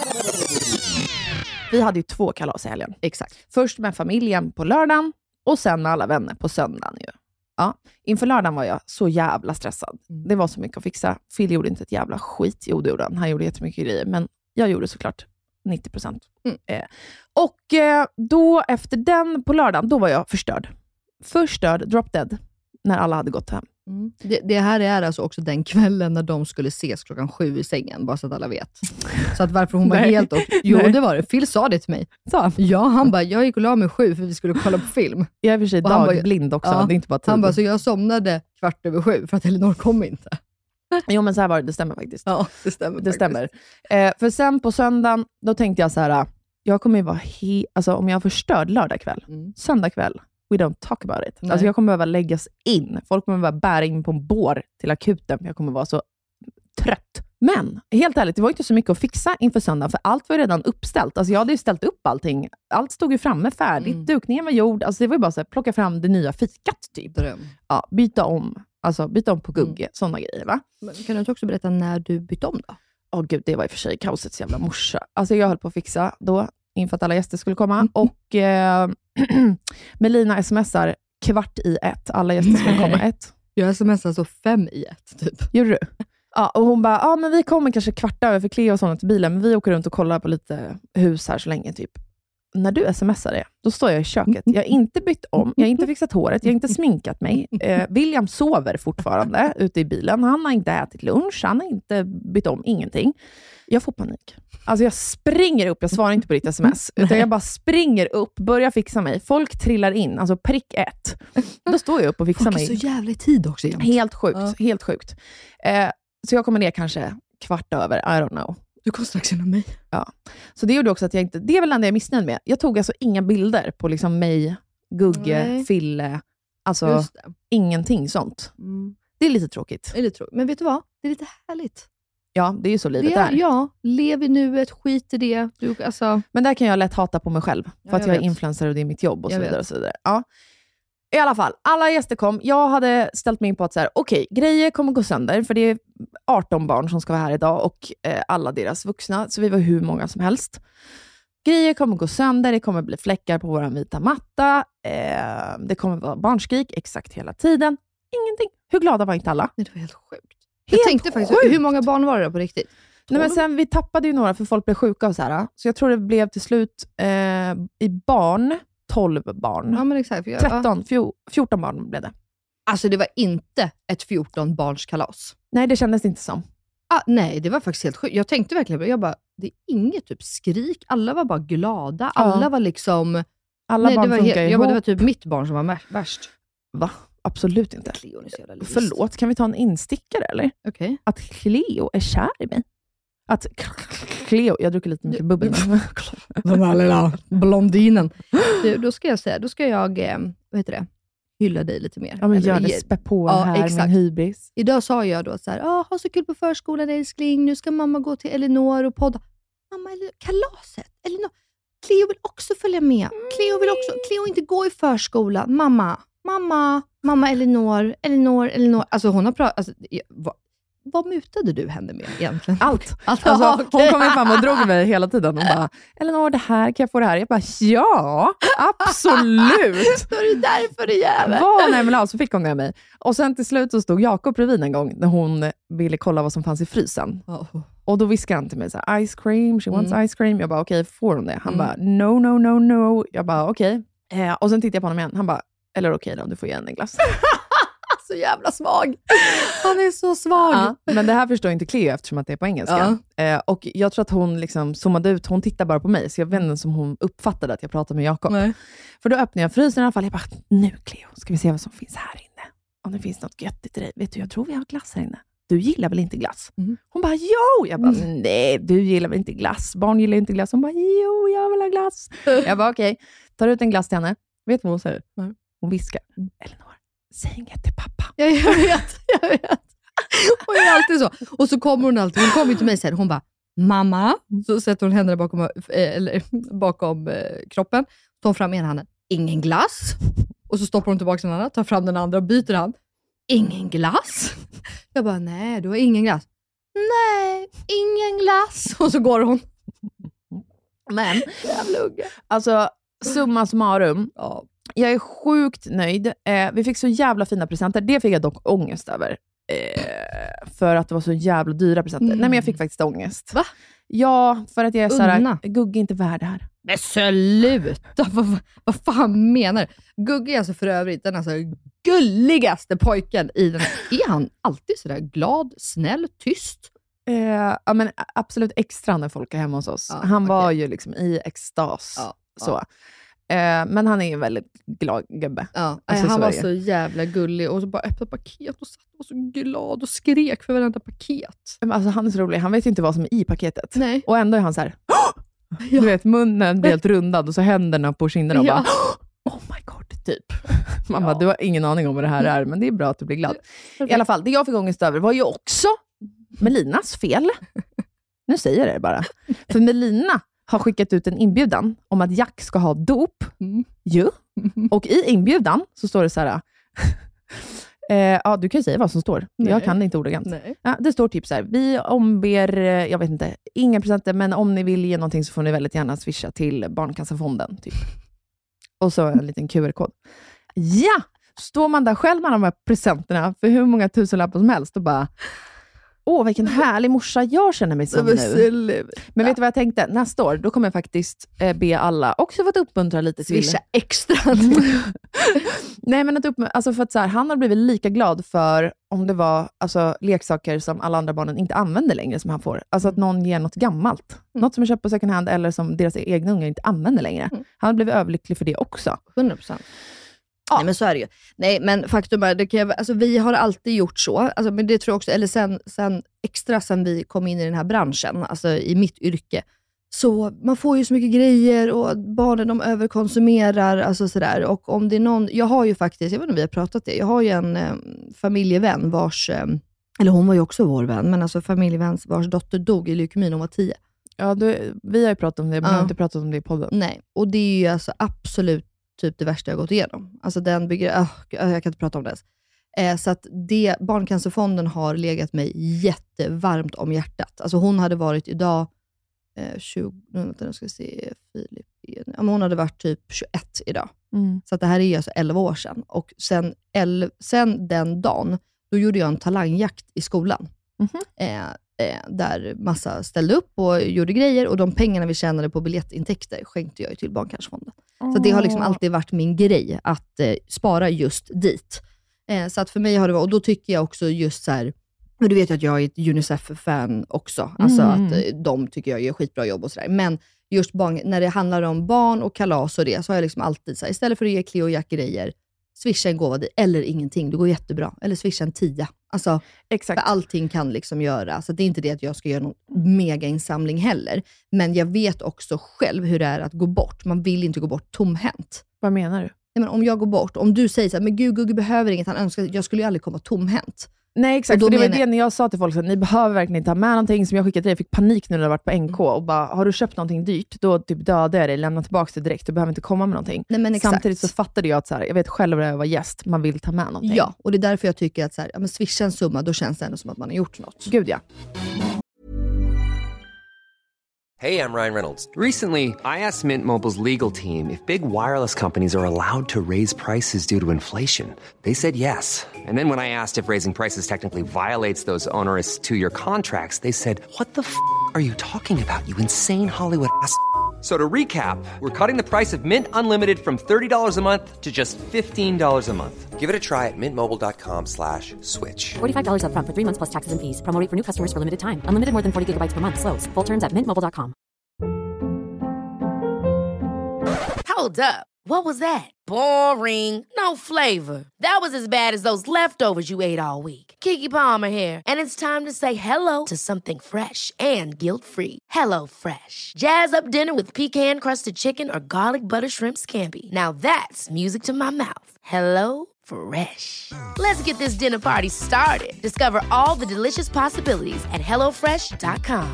Vi hade ju två kalas i helgen. exakt. Först med familjen på lördagen och sen med alla vänner på söndagen ju. Ja. Inför lördagen var jag så jävla stressad. Mm. Det var så mycket att fixa. Phil gjorde inte ett jävla skit. Jo, det gjorde han. Han gjorde jättemycket grejer. Men jag gjorde såklart nittio procent. Mm. Eh. Och eh, då efter den på lördagen, då var jag förstörd. Förstörd, drop dead. När alla hade gått hem. Mm. Det, det här är alltså också den kvällen när de skulle ses klockan sju i sängen, bara så att alla vet. Så att varför hon var Nej. helt och, Jo, Nej. det var det. Phil sa det till mig. Så, han. Ja, han bara, jag gick och la mig sju för vi skulle kolla på film. Jag är i och för sig Och han bara- dagblind också. Ja, Det är inte bara tid. Han bara, så jag somnade kvart över sju för att Elinor kom inte. Jo, men så här var det. Det stämmer faktiskt. Ja, det stämmer. Det faktiskt. stämmer. Eh, för sen på söndagen, då tänkte jag så här, jag kommer ju vara he- alltså om jag har förstörd lördag kväll, Mm. söndag kväll, we don't talk about it. Nej. Alltså jag kommer behöva läggas in. Folk kommer behöva bära in på en bår till akuten. Jag kommer vara så trött. Men helt ärligt, det var inte så mycket att fixa inför söndagen, för allt var ju redan uppställt. Alltså jag hade ju ställt upp allting. Allt stod ju framme färdigt. Mm. Dukningen var gjord. Alltså det var ju bara så här, plocka fram det nya fikat typ. Dröm. Ja, byta om. Alltså byta om på gugge. Mm. Sådana grejer, va? Men kan du inte också berätta när du bytte om då? Åh gud, det var i och för sig kaosets jävla morsa. Alltså jag höll på att fixa då, inför att alla gäster skulle komma. Mm. Och eh, Melina smsar kvart i ett. Alla gäster skulle komma ett. Jag smsar så fem i ett typ. Gjorde du? Ja, och hon bara, ja men vi kommer kanske kvart över för Cleo och sånt till bilen, men vi åker runt och kollar på lite hus här så länge typ. När du smsar det, då står jag i köket. Jag har inte bytt om, jag har inte fixat håret, jag har inte sminkat mig. Eh, William sover fortfarande ute i bilen. Han har inte ätit lunch, han har inte bytt om, ingenting. Jag får panik. Alltså jag springer upp, jag svarar inte på ditt sms, utan jag bara springer upp, börjar fixa mig. Folk trillar in, alltså prick ett. Då står jag upp och fixar Folk mig. är så jävla i tid också jämt. Helt sjukt, Ja. helt sjukt. Eh, så jag kommer ner kanske kvart över, I don't know. Du kom strax inom mig. Så det gjorde också att jag inte, det är väl det enda jag är missnöjd med. Jag tog alltså inga bilder på liksom mig, Gugge, Nej. Fille, alltså Just det. ingenting sånt. Mm. Det är lite tråkigt. Är det tråkigt? Men vet du vad? Det är lite härligt. Ja, det är ju så livet Det är, är. ja, lev i nuet, skit i det. Du, alltså, Men där kan jag lätt hata på mig själv. För Ja, att jag jag är vet. influencer och det är mitt jobb och så Jag vidare. vet. Och så vidare. Ja. I alla fall, alla gäster kom. Jag hade ställt mig in på att så här, okej, grejer kommer gå sönder. För det är arton barn som ska vara här idag och eh, alla deras vuxna. Så vi var hur många som helst. Grejer kommer gå sönder, det kommer bli fläckar på vår vita matta. Eh, det kommer vara barnskrik exakt hela tiden. Ingenting. Hur glada var inte alla? det var helt sjukt. Helt jag tänkte faktiskt, sjukt. hur många barn var det då på riktigt? Nej, men sen, vi tappade ju några för folk blev sjuka och så här. Så jag tror det blev till slut eh, i barn, tolv barn. Ja, men exakt. Jag, tretton, fjorton barn blev det. Alltså det var inte ett fjorton barns kalas. Nej, det kändes inte som. Ah, nej, det var faktiskt helt sjukt. Jag tänkte verkligen, jag bara, det är inget typ skrik. Alla var bara glada. Alla Ja. var liksom... Alla nej, barn det var funkar helt, ihop. jag bara, det var typ mitt barn som var mär- värst. Va? Absolut inte. Cleo är så jävla list. Förlåt, kan vi ta en instickare eller? Okej. Att Cleo är kär i mig. Att Cleo, jag dricker lite mycket bubbel. Den här lilla blondinen. Du, då ska jag säga, då ska jag, eh, vad heter det, hylla dig lite mer. Ja, men Eller gör det, ge- spä på Ja, här, exakt. min hybris. Idag sa jag då så här, ah, ha så kul på förskolan älskling, nu ska mamma gå till Elinor och podda. Mamma, Elinor, kalaset, Elinor, Cleo vill också följa med. Cleo vill också, Cleo inte gå i förskolan. Mamma, mamma, mamma Elinor, Elinor, Elinor. Alltså hon har pratat, alltså, jag- vad, vad mutade du henne med egentligen? Allt. Alltså, Alltså, okej. hon kom fram och drog mig hela tiden. Hon bara, Elinor, det här, kan jag få det här? Jag bara, ja, absolut. Då är det därför det jävel. Vad hon än ville ha så fick hon det av mig. Och sen till slut så stod Jakob bredvid en gång när hon ville kolla vad som fanns i frysen. Oh. Och då viskade han till mig så här, ice cream, she wants Mm. ice cream. Jag bara, okej, får hon det? Han Mm. bara, no, no, no, no. Jag bara, okej. Eh, och sen tittade jag på honom igen. Han bara, eller okej då, du får ge henne en glass. Så jävla svag. Han är så svag. Ja, men det här förstår inte Cleo eftersom att det är på engelska. Eh, och jag tror att hon liksom zoomade ut, hon tittar bara på mig. Så jag vet inte om hon uppfattade att jag pratade med Jakob. Nej. För då öppnade jag frysen i alla fall. Jag bara, nu Cleo, ska vi se vad som finns här inne. Om det finns något göttigt i dig. Vet du, jag tror vi har glass här inne. Du gillar väl inte glass? Mm. Hon bara, jo! Jag bara, nej, du gillar väl inte glass? Barn gillar inte glass. Hon bara, jo, jag vill ha glass. Jag bara, okej. Tar ut en glass till henne. Vet du vad hon säger? Nej. Hon viskar. Mm. Elinor, säg inget till pappa. Ja, jag vet, jag vet. Hon är alltid så. Och så kommer hon alltid, hon kommer ju till mig sen, hon bara, mamma, så sätter hon händerna bakom, eh, eller, bakom eh, kroppen, tar fram ena handen, ingen glass. Och så stoppar hon tillbaka den andra, tar fram den andra och byter hand. Ingen glass? Jag bara, nej, du har ingen glass. Nej, ingen glass. Och så går hon. Men, Jävla unge. alltså, summa summarum. Ja. Jag är sjukt nöjd. Eh, vi fick så jävla fina presenter. Det fick jag dock ångest över. Eh, för att det var så jävla dyra presenter. Mm. Nej, men jag fick faktiskt ångest. Va? Ja, för att jag är såhär, Unna. Gugge är inte värd det här. Men sluta, vad, vad, vad fan menar du? Gugge är alltså för övrigt den alltså gulligaste pojken i den. Är han alltid sådär glad, snäll, tyst? Eh, ja, men absolut extra när folk är hemma hos oss. Ja, han var okej. ju liksom i extas. Ja, så. ja. Eh, men han är ju en väldigt glad gubbe. Ja, Alltså, han så var är det. så jävla gullig och så bara öppnade paket och satt och var så glad och skrek för varenda paket. Men alltså, han är så rolig. Han vet ju inte vad som är i paketet. Nej. Och ändå är han så här. Du vet, munnen blir helt rundad och så händerna på kinderna och Ja. bara, oh my god, typ. Man bara, du har ingen aning om vad det här är, men det är bra att du blir glad. Perfekt. I alla fall, det jag fick ångest över var ju också Melinas fel. Nu säger jag det bara. För Melina har skickat ut en inbjudan om att Jack ska ha dop. Mm. Jo. Och i inbjudan så står det så här. eh, ja, du kan ju säga vad som står. Nej. Jag kan det inte ordagrant. Nej. Ja, det står typ så här, vi omber, eh, jag vet inte, inga presenter, men om ni vill ge någonting så får ni väldigt gärna swisha till Barnkassafonden. Typ. Och så en liten Q R-kod. Ja! Står man där själv med de här presenterna för hur många tusenlappar som helst och bara, åh vilken härlig morsa jag känner mig som nu. Men vet du vad jag tänkte? Nästa år, då kommer jag faktiskt eh, be alla också för att uppmuntra lite till... Swisha extra. Nej, men att upp, alltså för att så här, han har blivit lika glad för om det var alltså, leksaker som alla andra barnen inte använder längre som han får. Alltså att någon ger något gammalt. Mm. Något som är köpt på second hand eller som deras egna ungar inte använder längre. Mm. Han har blivit överlycklig för det också. hundra procent. Ja. Nej men så är det ju. Nej men faktum är, det kan jag, alltså, vi har alltid gjort så. Alltså, men det tror jag också, eller sen, sen extra sen vi kom in i den här branschen, alltså i mitt yrke, Så man får ju så mycket grejer och barnen de överkonsumerar, alltså sådär. Och om det är någon, jag har ju faktiskt, jag vet inte om vi har pratat det, jag har ju en eh, familjevän vars, eh, eller hon var ju också vår vän, men alltså familjevän vars dotter dog i leukemi när hon var tio. Ja, du, vi har ju pratat om det, men ja. jag har inte pratat om det i podden. Nej, och det är ju alltså absolut typ det värsta jag gått igenom. Alltså den bygger, oh, jag kan inte prata om det ens. Eh, så att det, Barncancerfonden har legat mig jättevarmt om hjärtat. Alltså hon hade varit idag eh, tjugo, vänta, jag ska se, Filip, ja, hon hade varit typ tjugoett idag. Mm. Så att det här är ju alltså elva år sedan. Och sen, el, sen den dagen, då gjorde jag en talangjakt i skolan. Mm-hmm. Eh, eh, där massa ställde upp och gjorde grejer. Och de pengarna vi tjänade på biljettintäkter skänkte jag ju till Barncancerfonden. Oh. Så det har liksom alltid varit min grej att eh, spara just dit. Eh, så att för mig har det varit, och då tycker jag också just så här, och du vet ju att jag är ett UNICEF-fan också. Alltså Mm. att eh, de tycker jag gör skitbra jobb och sådär. Men just barn, när det handlar om barn och kalas och det, så har jag liksom alltid så här, istället för att ge Cleo och Jack grejer, swisha en gåva dit, eller ingenting, det går jättebra. Eller swisha en tia. Alltså, Exakt. för allting kan liksom göra. Så det är inte det att jag ska göra någon mega-insamling heller. Men jag vet också själv hur det är att gå bort. Man vill inte gå bort tomhänt. Vad menar du? Nej, men om jag går bort, om du säger så här, men gud, Gugge behöver inget, han önskar, jag skulle ju aldrig komma tomhänt. Nej, exakt. Och då För det var menar- det när jag sa till folk att ni behöver verkligen inte ha med någonting som jag skickade till dig. Jag fick panik nu när jag varit på N K och bara, har du köpt någonting dyrt, då typ dödar jag dig, lämna tillbaka det direkt. Du behöver inte komma med någonting. Nej, men exakt. Samtidigt så fattade jag att så här, jag vet själv när jag var gäst, man vill ta med någonting. Ja, och det är därför jag tycker att så här, ja, men swisha en summa, då känns det ändå som att man har gjort något. Gud ja. Hey, I'm Ryan Reynolds. Recently, I asked Mint Mobile's legal team if big wireless companies are allowed to raise prices due to inflation. They said yes. And then when I asked if raising prices technically violates those onerous two-year contracts, they said, "What the f*** are you talking about, you insane Hollywood ass?" So to recap, we're cutting the price of Mint Unlimited from thirty dollars a month to just fifteen dollars a month. Give it a try at mintmobile.com slash switch. forty-five dollars up front for three months plus taxes and fees. Promo rate for new customers for limited time. Unlimited more than forty gigabytes per month. Slows full terms at mint mobile dot com. Hold up. What was that? Boring. No flavor. That was as bad as those leftovers you ate all week. Keke Palmer here, and it's time to say hello to something fresh and guilt-free. Hello Fresh. Jazz up dinner with pecan-crusted chicken or garlic butter shrimp scampi. Now that's music to my mouth. Hello Fresh. Let's get this dinner party started. Discover all the delicious possibilities at hello fresh dot com.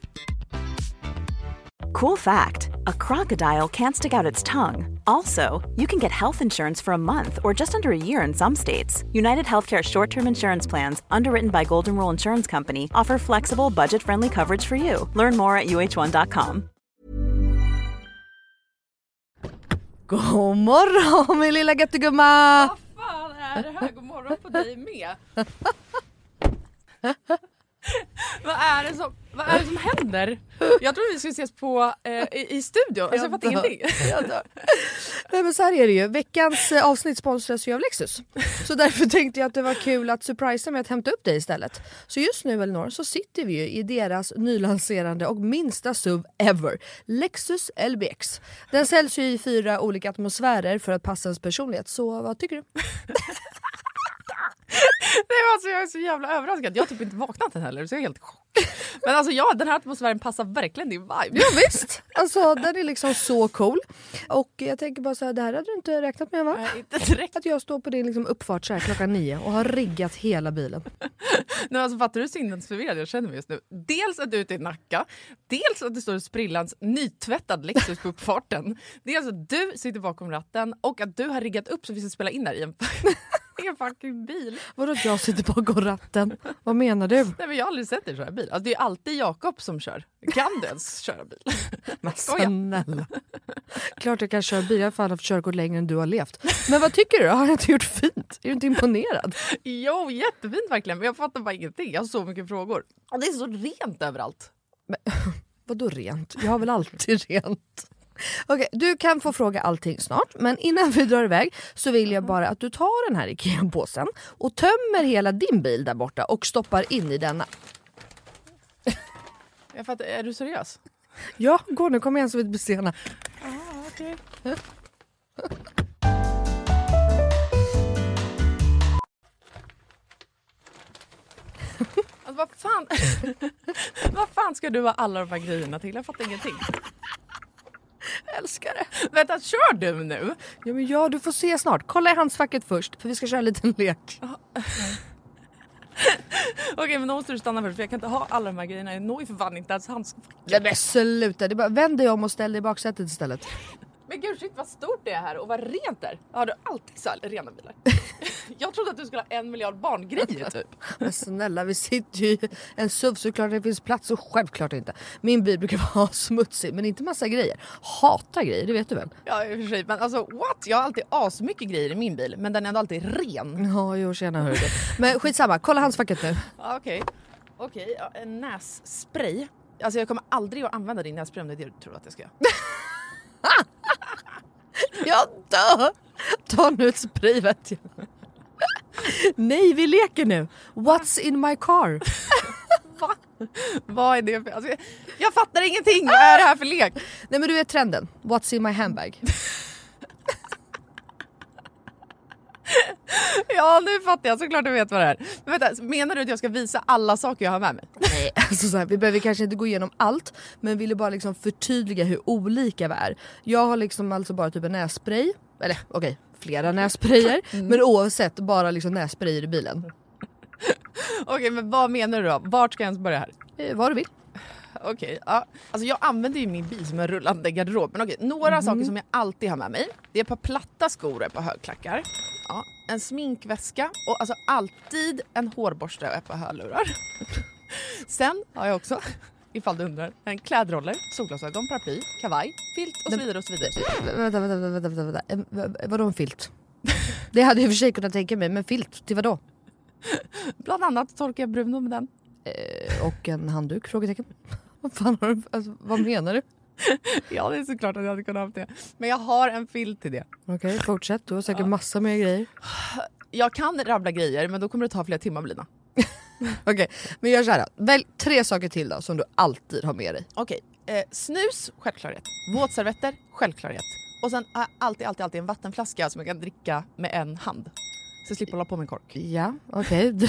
Cool fact, a crocodile can't stick out its tongue. Also, you can get health insurance for a month or just under a year in some states. United Healthcare short-term insurance plans, underwritten by Golden Rule Insurance Company, offer flexible, budget-friendly coverage for you. Learn more at u h one dot com. God morgon min lilla göttegumma! Vad fan är det här? God morgon på dig med. Vad är det som, vad är det som händer? Jag trodde vi skulle ses på eh, i, i studion. Alltså, jag fattar ingenting. Nej, men så här är det ju. Veckans eh, avsnitt sponsras ju av Lexus. Så därför tänkte jag att det var kul att surprisa med att hämta upp dig istället. Så just nu, Elinor, så sitter vi ju i deras nylanserande och minsta S U V ever. Lexus L B X. Den säljs ju i fyra olika atmosfärer för att passa ens personlighet. Så vad tycker du? Nej, alltså, jag är så jävla överraskad. Jag har typ inte vaknat än heller, så jag är helt chock. Men alltså ja, den här atmosfären passar verkligen din vibe. Ja visst, alltså den är liksom så cool. Och jag tänker bara så här, det här hade du inte räknat med, va? Nej, inte direkt. Att jag står på din liksom uppfart så här klockan nio och har riggat hela bilen. Nej, alltså, fattar du sinnesförvirrad jag känner mig just nu? Dels att du är ute i Nacka, dels att det står sprillans nytvättad Lexus på uppfarten. Dels att du sitter bakom ratten och att du har riggat upp så vi ska spela in där i en, i en fucking bil. Vadå att jag sitter bakom ratten? Vad menar du? Nej, men jag har aldrig sett dig köra bil. Alltså, det är alltid Jakob som kör. Kan du ens köra bil? Men Skoja. snälla. Klart jag kan köra bil, jag har fan haft körkort längre än du har levt. Men vad tycker du? Har jag inte gjort fint? Är du inte imponerad? Jo, jättefint verkligen. Men jag fattar bara ingenting. Jag har så mycket frågor. Och det är så rent överallt. Men, vadå rent? Jag har väl alltid rent. Okej, du kan få fråga allting snart. Men innan vi drar iväg så vill jag bara att du tar den här IKEA-påsen och tömmer hela din bil där borta och stoppar in i denna. Jag fattar, är du seriös? Ja, gå nu, kom igen så vi inte blir sena. Ah, okej. Alltså vad fan... vad fan ska du ha alla de här grejerna till? Jag fattar ingenting. Jag älskar det. Vänta, kör du nu? Ja, men ja, du får se snart. Kolla i handskfacket först, för vi ska köra en liten lek. Okej, men då måste du stanna först, för jag kan inte ha alla de här grejerna. Jag når ju för fan inte ens handskfacket. Ja, men sluta, det är bara, vänd dig om och ställ dig i baksätet istället. Men gud, shit, vad stort det är här och vad rent det är. Har du alltid så här rena bilar? Jag trodde att du skulle ha en miljard barngrejer typ. Men snälla, vi sitter ju i en S U V, så klart det finns plats, och självklart inte. Min bil brukar vara smutsig, men inte massa grejer. Hatar grejer, det vet du väl? Ja, i och för sig. Men alltså, what? Jag har alltid asmycket grejer i min bil, men den är ändå alltid ren. Ja, jo, tjena, hör du. Men skitsamma, kolla handskfacket nu. Ja, okej. Okej, ja, en nässpray. Alltså jag kommer aldrig att använda din nässpray om det är det du tror att jag ska göra. Jag dör! Ta nu ett spray, vet jag. Nej, vi leker nu. What's in my car? Va? Vad är det för... Alltså, jag, jag fattar ingenting. Vad är det här för lek? Nej, men du är trenden. What's in my handbag? Ja, nu fattar jag. Såklart du vet vad det är. Men vänta, menar du att jag ska visa alla saker jag har med mig? Nej, alltså så här, vi behöver kanske inte gå igenom allt, men ville bara liksom förtydliga hur olika vi är. Jag har liksom alltså bara typ en nässpray. Eller okej, okay, flera nässprayer. Mm. Men oavsett, bara liksom nässprayer i bilen. Okej, okay, men vad menar du då? Vart ska jag ens börja här? Eh, vad du vill. Okej, okay, ja. Alltså jag använder ju min bil som en rullande garderob. Men okej, okay, några mm. saker som jag alltid har med mig. Det är ett par platta skor och ett par högklackar. Ja, en sminkväska och alltså alltid en hårborste och ett par hörlurar. Sen har jag också, ifall du undrar, en klädroller, solglasögon, paraply, kavaj, filt och så vidare och så vidare. Vänta, vänta, vänta, vänta, vänta. Vadå en filt? Det hade jag i och för sig kunnat tänka mig, men filt, till vadå? Bland annat torkar jag Bruno med den. Eh, och en handduk, frågetecken. Vad fan har du, alltså, vad menar du? Ja, det är såklart att jag hade kunnat ha det. Men jag har en filt till det. Okej, okay, fortsätt. Du har säkert ja. massa mer grejer. Jag kan rabbla grejer, men då kommer det ta flera timmar, Lina. Okej, okay, men gör så här då. Välj tre saker till då som du alltid har med dig. Okej, okay. eh, snus, självklarhet. Våtservetter, självklarhet. Och sen har jag alltid, alltid, alltid en vattenflaska som jag kan dricka med en hand. Så jag slipper hålla på med en kork. Ja, okej. Okay.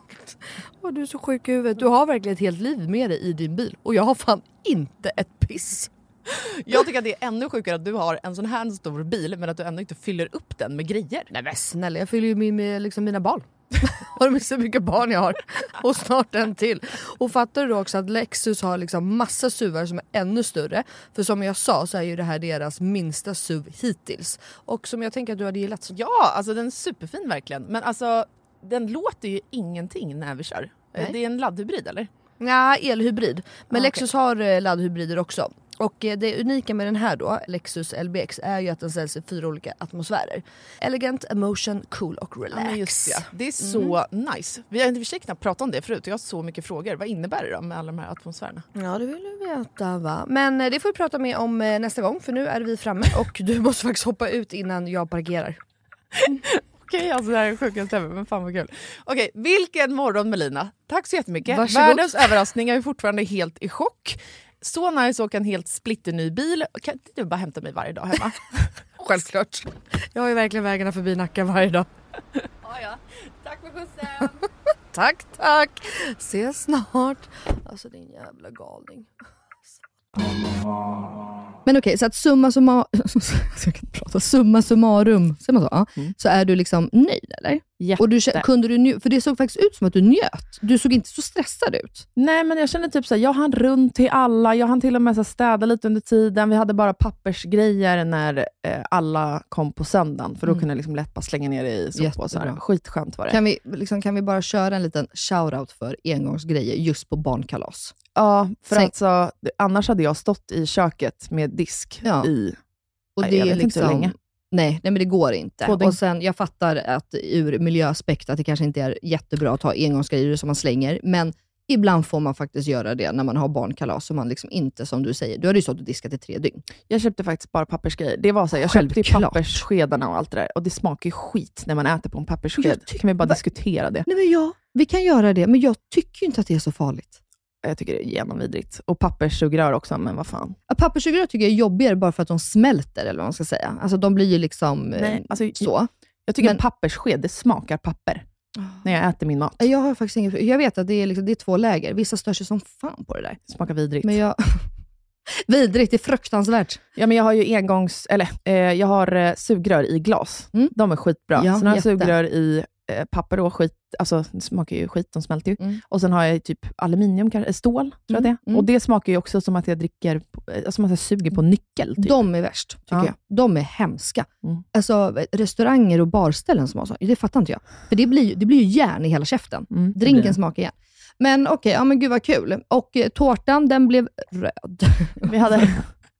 Oh, du är så sjuk i huvudet. Du har verkligen ett helt liv med dig i din bil. Och jag har fan inte ett piss. Jag tycker att det är ännu sjukare att du har en sån här stor bil, men att du ändå inte fyller upp den med grejer. Nej men snälla, jag fyller ju min, med liksom mina barn. Har du så mycket barn jag har? Och snart en till. Och fattar du också att Lexus har liksom massa S U V:ar som är ännu större. För som jag sa så är ju det här deras minsta S U V hittills. Och som jag tänker att du hade gillat. Ja, alltså den är superfin verkligen. Men alltså, den låter ju ingenting när vi kör. Nej. Det är en laddhybrid eller? Ja, elhybrid. Men ah, Lexus okay. har laddhybrider också. Och det unika med den här då, Lexus L B X, är ju att den säljs i fyra olika atmosfärer. Elegant, emotion, cool och relax. Ja, just ja. Det är så mm. nice. Vi har inte försökt knappt prata om det förut och jag har så mycket frågor. Vad innebär det då med alla de här atmosfärerna? Ja, det vill du veta va. Men det får vi prata med om nästa gång, för nu är vi framme och du måste faktiskt hoppa ut innan jag parkerar. Okej, okay, alltså det här är sjukast ever, men fan vad kul. Okej, okay, vilken morgon Melina. Tack så jättemycket. Varsågod. Världens överraskning, jag är fortfarande helt i chock. Så nice att åka en helt splitterny bil. Kan inte du bara hämta mig varje dag hemma? Självklart. Jag har ju verkligen vägarna förbi Nacka varje dag. Ja, ja. Tack för skjutsen. Tack, tack. Ses snart. Alltså din jävla galning. Men okej, okay, så att summa summa jag kan inte prata, summa summarum så, man så, ja. mm. så är du liksom nöjd eller? Jätte. Och du kunde du nj- för det såg faktiskt ut som att du njöt. Du såg inte så stressad ut. Nej, men jag kände typ så här, jag hann runt till alla, jag hann till och med så städa lite under tiden. Vi hade bara pappersgrejer när eh, alla kom på söndagen, för då mm. kunde jag liksom lätt bara slänga ner det i soppåsar. Skitskönt var det. Kan vi liksom, kan vi bara köra en liten shoutout för engångsgrejer just på barnkalas? Ja, för Sen, alltså annars hade jag stått i köket med disk ja. i och det nej, är liksom nej, nej men det går inte. Och sen jag fattar att ur miljöaspekt att det kanske inte är jättebra att ha engångsgrejer som man slänger, men ibland får man faktiskt göra det när man har barnkalas, så man liksom inte, som du säger, du hade ju stått och diskat i tre dygn. Jag köpte faktiskt bara pappersgrejer. Det var så här, jag Självklart. köpte ju pappersskedarna och allt det där, och det smakar ju skit när man äter på en papperssked. Ty- kan vi bara va? diskutera det? Nej men ja, vi kan göra det, men jag tycker ju inte att det är så farligt. Jag tycker det är genomvidrigt. Och papperssugrör också, men vad fan. Ja, papperssugrör tycker jag är jobbigare bara för att de smälter, eller vad man ska säga. Alltså de blir ju liksom Nej, alltså, så. Jag, jag tycker men, en papperssked, det smakar papper. när jag äter min mat. Jag har faktiskt inget, jag vet att det är, liksom, det är två läger. Vissa stör sig som fan på det där. Det smakar vidrigt. Men jag... vidrigt, det är fruktansvärt. Ja, men jag har ju engångs... Eller, eh, jag har eh, sugrör i glas. Mm. De är skitbra. Ja, sen har jag jätte. sugrör i eh, papper och skit. Alltså, det smakar ju skit, de smälter ju. Mm. Och sen har jag typ aluminium, kanske, stål, tror jag Mm. det. Mm. Och det smakar ju också som att jag dricker... eh, Som att jag suger på nyckel, typ. De är värst, tycker Ja. jag. De är hemska. Mm. Alltså, restauranger och barställen som har så. Det fattar inte jag. För det blir, ju- det blir ju järn i hela käften. Mm, det blir Drinken det. smakar järn. Men okej, ja men gud vad kul. Och eh, tårtan, den blev röd. Vi hade...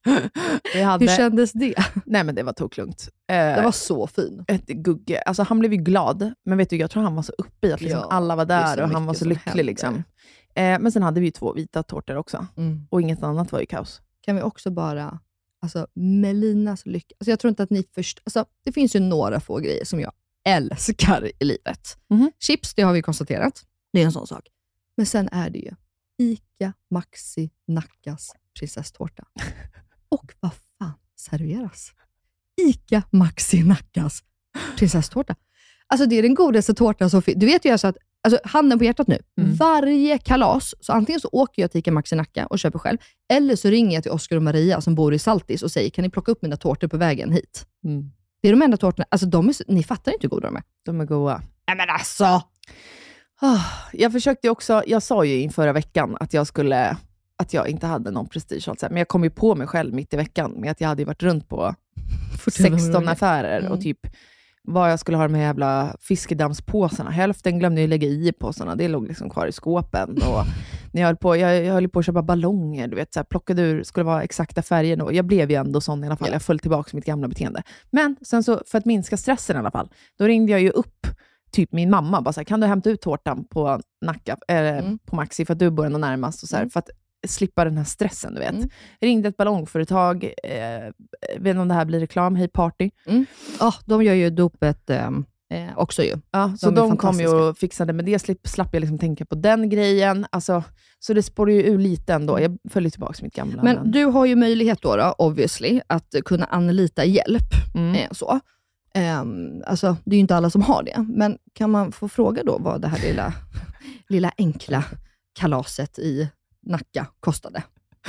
vi hade Hur kändes det? nej, men det var toklugnt. Eh, Det var så fin. ett gugge. Alltså han blev ju glad, men vet du, jag tror han var så uppe i att liksom Ja, alla var det är där så och han var mycket så som lycklig händer. liksom. Eh, men sen hade vi ju två vita tårtor också. Mm. Och inget annat var ju kaos. Kan vi också bara, alltså Melinas lycka. Alltså jag tror inte att ni först, alltså det finns ju några få grejer som jag älskar i livet. Mhm. Chips, det har vi konstaterat. Det är en sån sak. Men sen är det ju Ica Maxi Nackas prinsesstårta. Och vad fan serveras? Ica Maxi Nackas prinsesstårta. Alltså det är den godaste tårtan som finns. Du vet ju alltså att, alltså handen på hjärtat nu, Mm. varje kalas, så antingen så åker jag till Ica Maxi Nacka och köper själv, eller så ringer jag till Oskar och Maria som bor i Saltis och säger, kan ni plocka upp mina tårtor på vägen hit? Mm. Det är de enda tårtorna, alltså de är, så- ni fattar inte hur goda de är. De är goda. Nej men alltså! Ah, jag försökte också, jag sa ju in förra veckan att jag skulle, att jag inte hade någon prestige, alltså. Men jag kom ju på mig själv mitt i veckan med att jag hade ju varit runt på sexton affärer Mm. och typ vad jag skulle ha de här jävla fiskedammspåsarna. Hälften glömde jag lägga i påsarna. Det låg liksom kvar i skåpen. Och när jag höll på, jag, jag höll på att köpa ballonger, du vet, så här, plockade ur, skulle vara exakta färger. Och jag blev ju ändå sån i alla fall. Ja. Jag föll tillbaka mitt gamla beteende. Men sen så, för att minska stressen i alla fall, då ringde jag ju upp typ min mamma. Bara så här, kan du hämta ut tårtan på Nacka, äh, Mm. på Maxi, för att du bor ändå närmast. Och så här, Mm. för att slippa den här stressen, du vet. Mm. Ringde ett ballongföretag, eh, vet inte om det här blir reklam, Hey Party. Ja, de gör ju dopet eh, eh, också ju. Ja, så De är de, kom ju fantastiska. och fixade med det, slapp, slapp jag liksom tänka på den grejen. Alltså, så det spår ju ur lite ändå. Jag följer tillbaka mitt gamla. Men du har ju möjlighet då, då obviously, att kunna anlita hjälp. Mm. Eh, så. Ehm, alltså, det är ju inte alla som har det. Men kan man få fråga då vad det här lilla, lilla enkla kalaset i Nacka kostade?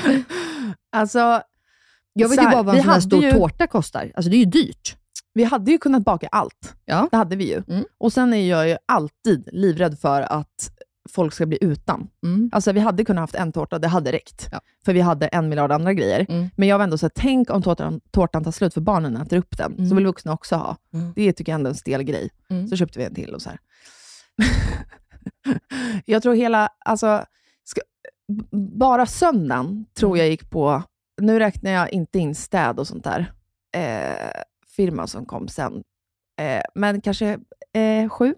Alltså, Jag vet så ju här, bara vad vi en sån här hade stor ju- tårta kostar. Alltså det är ju dyrt. vi hade ju kunnat baka allt. Ja. Det hade vi ju. Mm. Och sen är jag ju alltid livrädd för att folk ska bli utan. Mm. Alltså vi hade kunnat haft en tårta, det hade räckt. Ja. För vi hade en miljard andra grejer. Mm. Men jag var ändå så här, tänk om tårtan, tårtan tar slut för barnen äter upp den. Mm. Så vill vuxna också ha. Mm. Det tycker jag ändå är en stel grej. Mm. Så köpte vi en till och så här. Jag tror hela, alltså, ska, b- bara söndagen tror jag gick på, nu räknar jag inte in städ och sånt där, eh, firma som kom sen. Eh, men kanske eh, sju.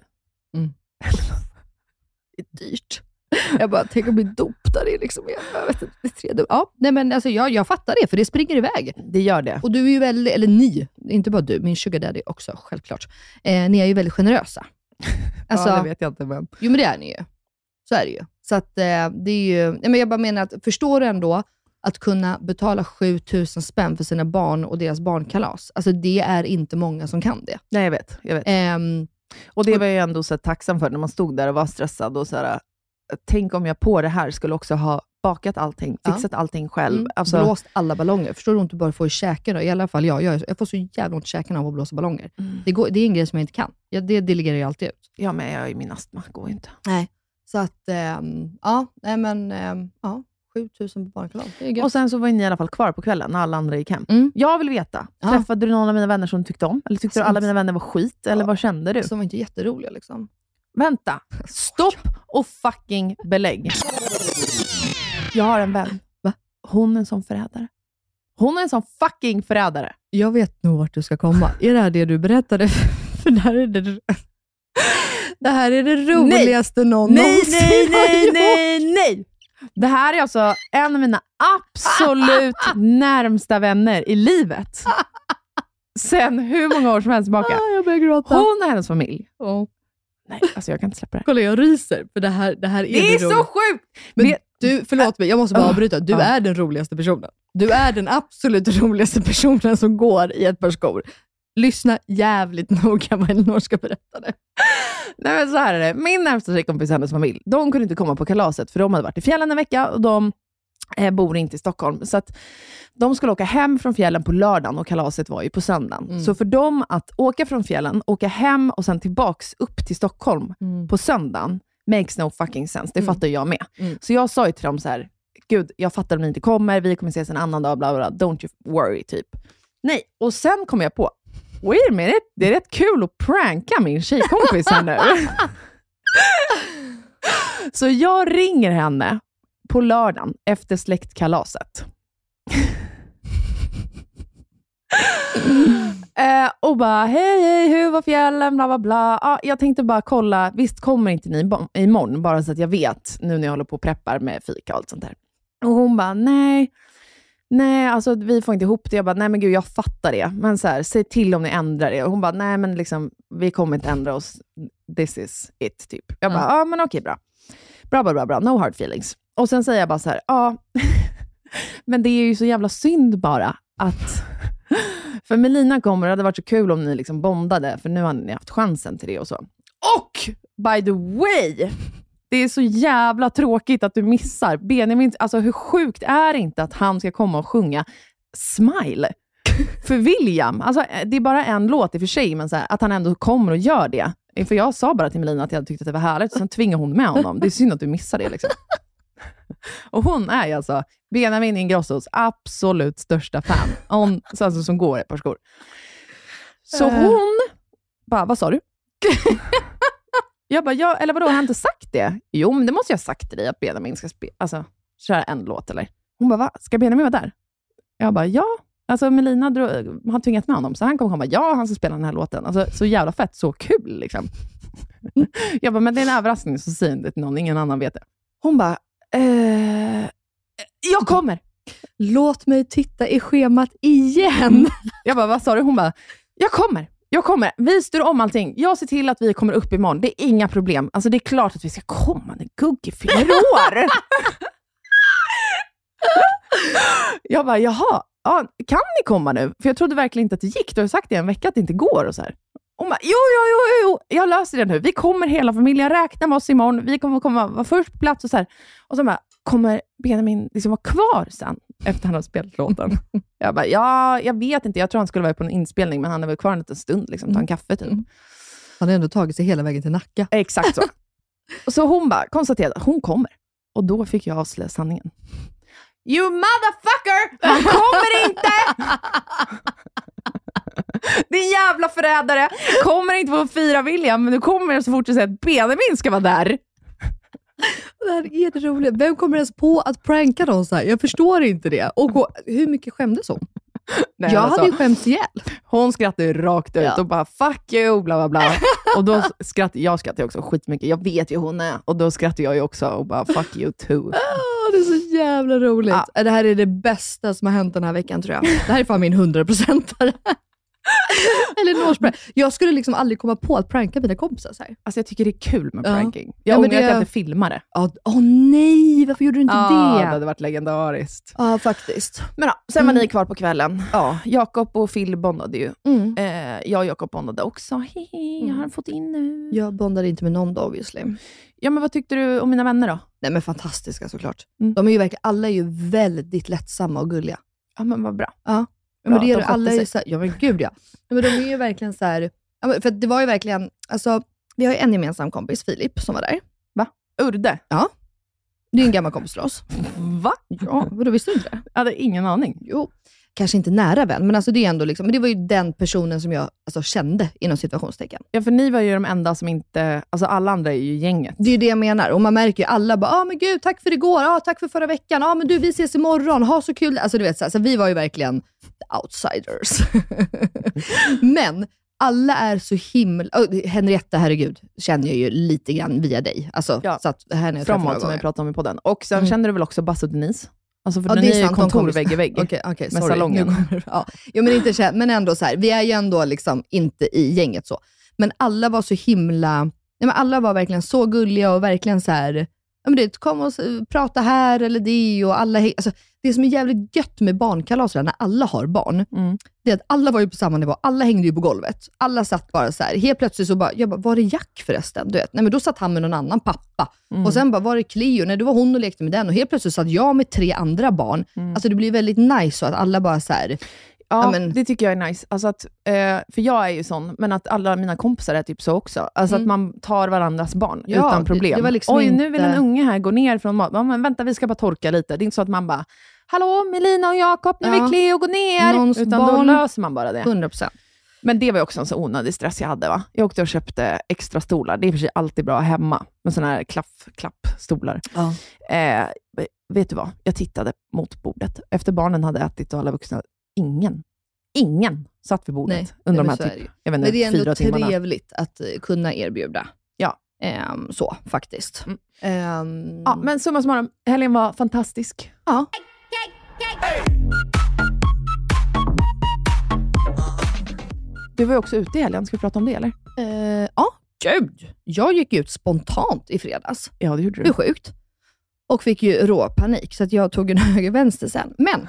Det är dyrt. Jag bara, tänk att bli dopad i liksom, jag vet inte, det är tre dop. Ja, nej men alltså jag, jag fattar det, för det springer iväg. Det gör det. Och du är ju väldigt, eller ni, inte bara du, min sugar daddy också, självklart. Eh, ni är ju väldigt generösa. Alltså, ja, det vet jag inte, men... Jo men det är ni ju. Så är det ju. Så att eh, det är ju, nej, men jag bara menar att, förstår du ändå att kunna betala sju tusen spänn för sina barn och deras barnkalas? Alltså det är inte många som kan det. Nej, jag vet. Jag vet. Ehm, Och det var jag ändå så här tacksam för när man stod där och var stressad och så här, tänk om jag på det här skulle också ha bakat allting, Ja. fixat allting själv. mm, Alltså, blåst alla ballonger. Förstår du hur ont du bara får i käken? I alla fall jag. Jag, jag får så jävla ont i käken av att blåsa ballonger. Mm. Det, går, det är en grej som jag inte kan. Jag, det delegerar jag alltid ut. ja, men jag är min astma, går inte. Nej. Så att, ehm, ja, nej men, ehm, ja, sju tusen på barnkalas. Det är gött. Och sen så var ni i alla fall kvar på kvällen när alla andra gick hem. Mm. Jag vill veta, Ja. träffade du någon av mina vänner som du tyckte om? Eller tyckte du Sant. alla mina vänner var skit? Eller Ja. vad kände du? Som var inte jätteroliga liksom. Vänta, stopp och fucking belägg. Jag har en vän. Va? Hon är en sån förrädare. Hon är en sån fucking förrädare. Jag vet nog vart du ska komma. Är det här det du berättade? För det här är det, det, här är det roligaste någon Nej, någonsin nej, har nej, gjort. nej, nej. Det här är alltså en av mina absolut närmsta vänner i livet. Sen hur många år som helst tillbaka. Ah, jag börjar gråta. Hon och hennes familj. Oh. Nej, alltså jag kan inte släppa det. Kolla, jag ryser. För det här, det här är Det är det så roliga. sjukt! Men Det- du, förlåt mig, jag måste bara Oh. avbryta. Du Ja. är den roligaste personen. Du är den absolut roligaste personen som går i ett par skor. Lyssna jävligt noga vad Elinor ska berätta det. Nej men så här är det. Min närmsta tjejkompis och hennes familj, de kunde inte komma på kalaset för de hade varit i fjällen en vecka och de eh, bor inte i Stockholm. Så att de skulle åka hem från fjällen på lördagen och kalaset var ju på söndagen. Mm. Så för dem att åka från fjällen, åka hem och sen tillbaks upp till Stockholm mm. på söndagen makes no fucking sense. Det mm. fattar jag med. Mm. Så jag sa ju till dem så här: gud, jag fattar om ni inte kommer, vi kommer ses en annan dag, bla bla, don't you worry typ. Nej, och sen kom jag på, wait a minute, det är rätt kul att pranka min tjejkompis här nu. Så jag ringer henne på lördagen efter släktkalaset. eh, och bara, hej, hej, hur var fjällen, bla bla bla. Ah, jag tänkte bara kolla, visst kommer inte ni bo- imorgon, bara så att jag vet, nu när jag håller på och preppar med fika och allt sånt där. Och hon bara, nej, nej, alltså vi får inte ihop det. Jag bara, nej men gud, jag fattar det. Men så här, säg till om ni ändrar det. Och hon bara, nej men liksom, vi kommer inte ändra oss. This is it, typ. Jag bara, ja mm. ah, men okej, bra. Bra, bra, bra, bra. No hard feelings. Och sen säger jag bara så här, ja, ah, men det är ju så jävla synd bara att, för Melina kommer, det hade varit så kul om ni liksom bondade, för nu har ni haft chansen till det och så. Och, by the way, det är så jävla tråkigt att du missar Benjamin. Alltså hur sjukt är det inte att han ska komma och sjunga Smile för William? Alltså det är bara en låt i och för sig, men så här, att han ändå kommer och gör det. För jag sa bara till Melina att jag tyckte att det var härligt, och sen tvingar hon med honom. Det är synd att du missar det liksom. Och hon är alltså Benjamin Ingrossos absolut största fan. Hon, alltså, som går i ett par skor. Så hon bara, vad sa du? Jag bara, ja, eller vadå, har jag inte sagt det? Jo, men det måste jag ha sagt till dig, att Benjamin ska spe- alltså, köra en låt, eller? Hon bara, va? Ska Benjamin vara där? Jag bara, ja. Alltså Melina dro- har tvingat med honom, så han kommer komma, ja, han ska spela den här låten. Alltså, så jävla fett, så kul liksom. Jag bara, men det är en överraskning, så säger det till någon, ingen annan vet det. Hon bara, eh, jag kommer. Låt mig titta i schemat igen. Jag bara, vad sa du? Hon bara, jag kommer. Jag kommer. Vi styr om allting. Jag ser till att vi kommer upp imorgon. Det är inga problem. Alltså det är klart att vi ska komma när Gugge fyller år. Jag bara, jaha. Ja, kan ni komma nu? För jag trodde verkligen inte att det gick. Du har sagt det en vecka att det inte går och så här. Hon bara, jo, jo, jo, jo. Jag löser det nu. Vi kommer hela familjen. Räkna med oss imorgon. Vi kommer komma vara först på plats och så här. Och så bara, kommer Benjamin liksom vara kvar sen efter han har spelat låten? Jag bara, ja, jag vet inte. Jag tror han skulle vara på en inspelning, men han är väl kvar en liten stund liksom, ta en kaffe typ. Mm. Han har ändå tagit sig hela vägen till Nacka. Exakt så. Och så hon bara konstaterade att hon kommer. Och då fick jag avslöja sanningen. You motherfucker! Han kommer inte! Din jävla förrädare! Kommer inte få fira William, men du kommer så fort du säger att Benjamin ska vara där. Det här är det roliga. Vem kommer ens på att pranka någon så här? Jag förstår inte det. Och hur mycket skämdes hon? Nej, jag alltså, hade ju skämts ihjäl. Hon skrattade ju rakt ut ja. och bara fuck you, bla bla bla. Och då skrattade jag skrattade också skitmycket. Jag vet ju hur hon är. Och då skrattade jag ju också och bara fuck you too. Oh, det är så jävla roligt. Ja. Det här är det bästa som har hänt den här veckan, tror jag. Det här är fan min hundra procentare. Eller nårspray. Jag skulle liksom aldrig komma på att pranka mina kompisar så här. Alltså jag tycker det är kul med pranking. Ja. Jag ja, ångrar det... att jag inte filmar det. Åh oh, oh, nej, varför gjorde du inte ah, det? Det hade varit legendariskt. Ja, ah, faktiskt. Men ja, sen var mm. ni kvar på kvällen. Ja, Jakob och Phil bondade ju. Mm. Eh, jag och Jakob bondade också. Hehe, jag har fått in nu. Jag bondade inte med någon då, obviously. Ja, men vad tyckte du om mina vänner då? Nej, men fantastiska såklart. Mm. De är ju verkligen, alla är ju väldigt lättsamma och gulliga. Ja, men vad bra. Ja. Ja, men det är alla är ju så här, ja men gud ja. ja men de är ju verkligen så här, för det var ju verkligen, alltså vi har ju en gemensam kompis, Filip, som var där. Va? Urde? Ja. Det är en gammal kompis till oss. Va? Ja, då visste du inte det? Jag hade ingen aning. Jo, kanske inte nära vän, men alltså det är ändå liksom, men det var ju den personen som jag alltså kände inom situationstecken. Ja, för ni var ju de enda som inte, alltså alla andra är ju gänget. Det är ju det jag menar, och man märker ju alla bara, ja ah, men gud, tack för igår, ja ah, tack för förra veckan, ja ah, men du, vi ses imorgon, ha så kul, alltså du vet så, alltså, vi var ju verkligen outsiders. Men alla är så himla, oh, Henrietta, herregud, känner jag ju lite grann via dig, alltså ja. Så att här är framåt som vi pratade om i podden. Och sen mm. känner du väl också Basse och Denise? Alltså för ja, ni är ju kontor vägg i vägg okay, okay, med salongen. Kommer, ja. Jo, men, inte, men ändå så här, vi är ju ändå liksom inte i gänget så. Men alla var så himla, nej, men alla var verkligen så gulliga och verkligen så här, ja, men det, kom och s- prata här eller det och alla, he- alltså, det som är jävligt gött med barnkalaser när alla har barn, Mm. det är att alla var ju på samma nivå, alla hängde ju på golvet, alla satt bara så här, helt plötsligt så bara, jag bara, var är Jack förresten? Du vet, nej men då satt han med någon annan pappa, Mm. och sen bara, var är Cleo? Nej, då var hon och lekte med den, och helt plötsligt satt jag med tre andra barn, Mm. alltså det blir väldigt nice så att alla bara så här. Ja, Ja, men- det tycker jag är nice. Alltså att, eh, för jag är ju sån, men att alla mina kompisar är typ så också. Alltså Mm. att man tar varandras barn Ja, utan det- problem. det var liksom Oj, nu inte- vill en unge här gå ner från mat. Ja, men vänta, vi ska bara torka lite. Det är inte så att man bara, hallå Melina och Jakob, nu Ja. vill Cleo gå ner. Någons Utan då barn- löser man bara det. hundra procent. Men det var ju också en så onödig stress jag hade. Va? Jag åkte och köpte extra stolar. Det är i och för sig alltid bra hemma med såna här klaff, klappstolar. Ja. Eh, vet du vad? Jag tittade mot bordet. Efter barnen hade ätit och alla vuxna, ingen, ingen satt vid bordet Nej, under nej, de men så här är det ju. typ, jag vet Men inte, det är ändå fyra timmarna. trevligt att eh, kunna erbjuda. Ja. Ehm, så, faktiskt. Mm. Ehm, Ja, men summa summarum, helgen var fantastisk. ja. Du var ju också ute i helgen, ska vi prata om det eller? Eh, ja, gud. Jag gick ut spontant i fredags. Ja, det gjorde Det är sjukt. Och fick ju rå panik, så att jag tog en höger-vänster sen. Men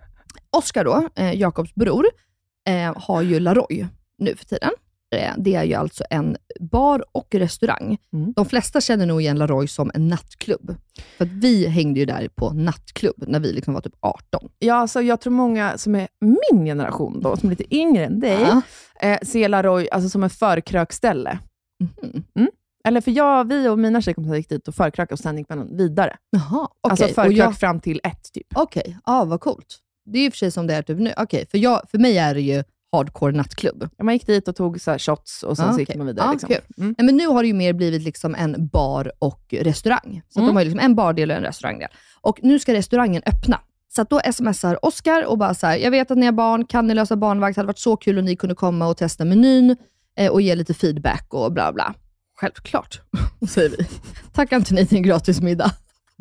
Oskar då, eh, Jakobs bror, eh, har ju Laroy nu för tiden. Eh, det är ju alltså en bar och restaurang. Mm. De flesta känner nog igen Laroy som en nattklubb. För att vi hängde ju där på nattklubb när vi liksom var typ arton. Ja, alltså jag tror många som är min generation då, som är lite yngre än dig, Ja. eh, ser Laroy alltså som en förkrökställe. Mhm. Eller för jag, vi och mina tjejkompisar gick dit och förkrökade och sen gick man vidare. Jaha, okej. Alltså Och förkrök jag- fram till ett typ. Okej, ja vad coolt. Det är ju för sig som det är typ nu. Okej, för, jag, för mig är det ju hardcore nattklubb. Ja, man gick dit och tog så här shots och sen Ah, så gick okej. man vidare. Ah, liksom. kul. Mm. Nej, men nu har det ju mer blivit liksom en bar och restaurang. Så att Mm. de har ju liksom en bardel och en restaurangdel. Och nu ska restaurangen öppna. Så att då smsar Oskar och bara så här, jag vet att ni har barn, kan ni lösa barnvakt? Det hade varit så kul om ni kunde komma och testa menyn eh, och ge lite feedback och bla bla. Självklart, säger vi. Tackar inte ni till en gratis middag.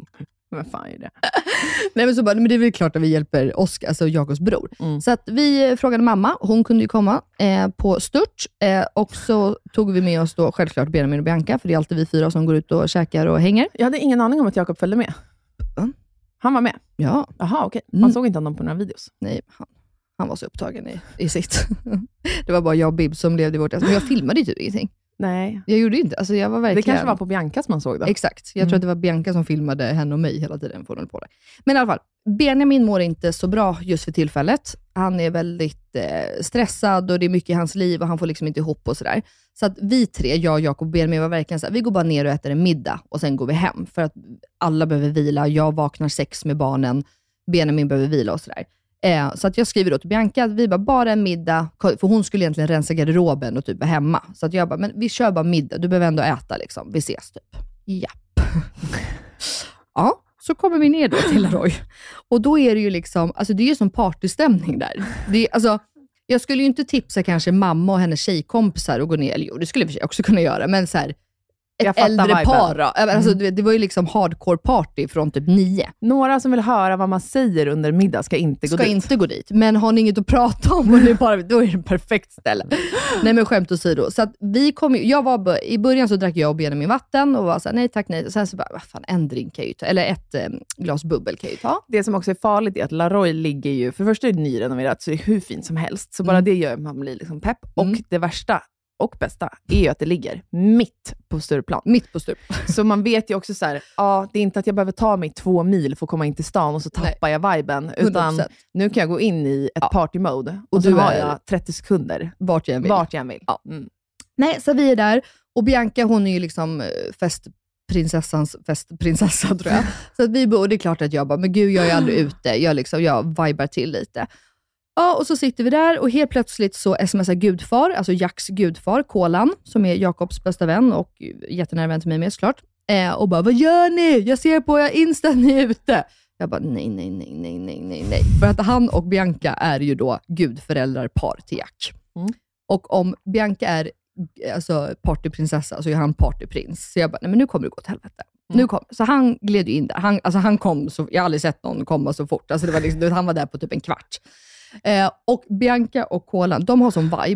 Vad fan är det? Nej, men så bara, men det är väl klart att vi hjälper Oskar, alltså Jakobs bror. Mm. Så att vi frågade mamma, hon kunde ju komma eh, på stört. Eh, och så tog vi med oss då självklart Benjamin och Bianca, för det är alltid vi fyra som går ut och käkar och hänger. Jag hade ingen aning om att Jakob följde med. Va? Han var med? Ja, Jaha, okej. Man Mm. såg inte honom på några videos. nej, han, han var så upptagen i, i sitt. Det var bara jag och Bib som levde i vårt... Men jag filmade ju typ ingenting. Nej. Jag gjorde inte, alltså jag var verkligen... Det kanske var på Biancas man såg då. Exakt. Jag Mm. tror att det var Bianca som filmade henne och mig hela tiden. För på det. Men i alla fall, Benjamin mår inte så bra just för tillfället. Han är väldigt eh, stressad och det är mycket i hans liv och han får liksom inte ihop och sådär. Så att vi tre, jag, Jakob och Benjamin var verkligen så här, vi går bara ner och äter en middag och sen går vi hem. För att alla behöver vila. Jag vaknar sex med barnen. Benjamin behöver vila och sådär. Eh, så att jag skriver då till Bianca att vi bara, bara en middag, för hon skulle egentligen rensa garderoben och typ vara hemma. Så att jag bara, men vi kör bara middag, du behöver ändå äta liksom, vi ses typ. Japp. Ja, så kommer vi ner då till Laroy. Och då är det ju liksom, alltså det är ju som partystämning där. Det är, alltså, jag skulle ju inte tipsa kanske mamma och hennes tjejkompisar att gå ner, eller jo det skulle jag också kunna göra, men så här, Jag ett fattar äldre viben. par då. Alltså, Mm. det, det var ju liksom hardcore party från typ nio. Några som vill höra vad man säger under middag ska inte gå Ska dit. inte gå dit. Men har ni inget att prata om, och ni bara, då är det ett perfekt ställe. Nej men skämt åsido. Så att vi kom ju, jag var, i början så drack jag och Benjamin vatten och var så här, nej tack nej. Och sen så bara, vad fan, en drink kan jag ju ta. Eller ett eh, glas bubbel kan jag ju ta. Det som också är farligt är att Laroy ligger ju, för först är det nyrenoverat så det är hur fint som helst. Så bara Mm. det gör att man blir liksom pepp. Och Mm. det värsta och bästa är ju att det ligger mitt på Stureplan. Mitt på Sturup. Så man vet ju också så här, ja, det är inte att jag behöver ta mig två mil för att komma in till stan och så tappar Nej. jag viben. hundra Utan procent. nu kan jag gå in i ett Ja. party-mode och, Och så du har är- jag trettio sekunder Vart jag än vill. vart jag än vill. Ja. Mm. Nej, så vi är där. Och Bianca, hon är ju liksom eh, festprinsessans festprinsessa tror jag. Så att vi bor, och det är klart att jag bara, men gud jag är aldrig ute. Jag, liksom, jag vibar till lite. Ja, och så sitter vi där och helt plötsligt så smsar gudfar, alltså Jacks gudfar, Kolan, som är Jakobs bästa vän och jättenära vän till mig med såklart. Eh, och bara, vad gör ni? Jag ser på er Insta, ni är ute. Jag bara, nej, nej, nej, nej, nej, nej, nej. För att han och Bianca är ju då gudföräldrarpar till Jack. Mm. Och om Bianca är alltså partyprinsessa så är han partyprins. Så jag bara, nej men nu kommer det gå åt helvete. Mm. Nu kom, så han gled ju in där. Han, alltså han kom så, jag har aldrig sett någon komma så fort. Alltså det var liksom, han var där på typ en kvart. Eh, och Bianca och Kolan, de har sån vibe.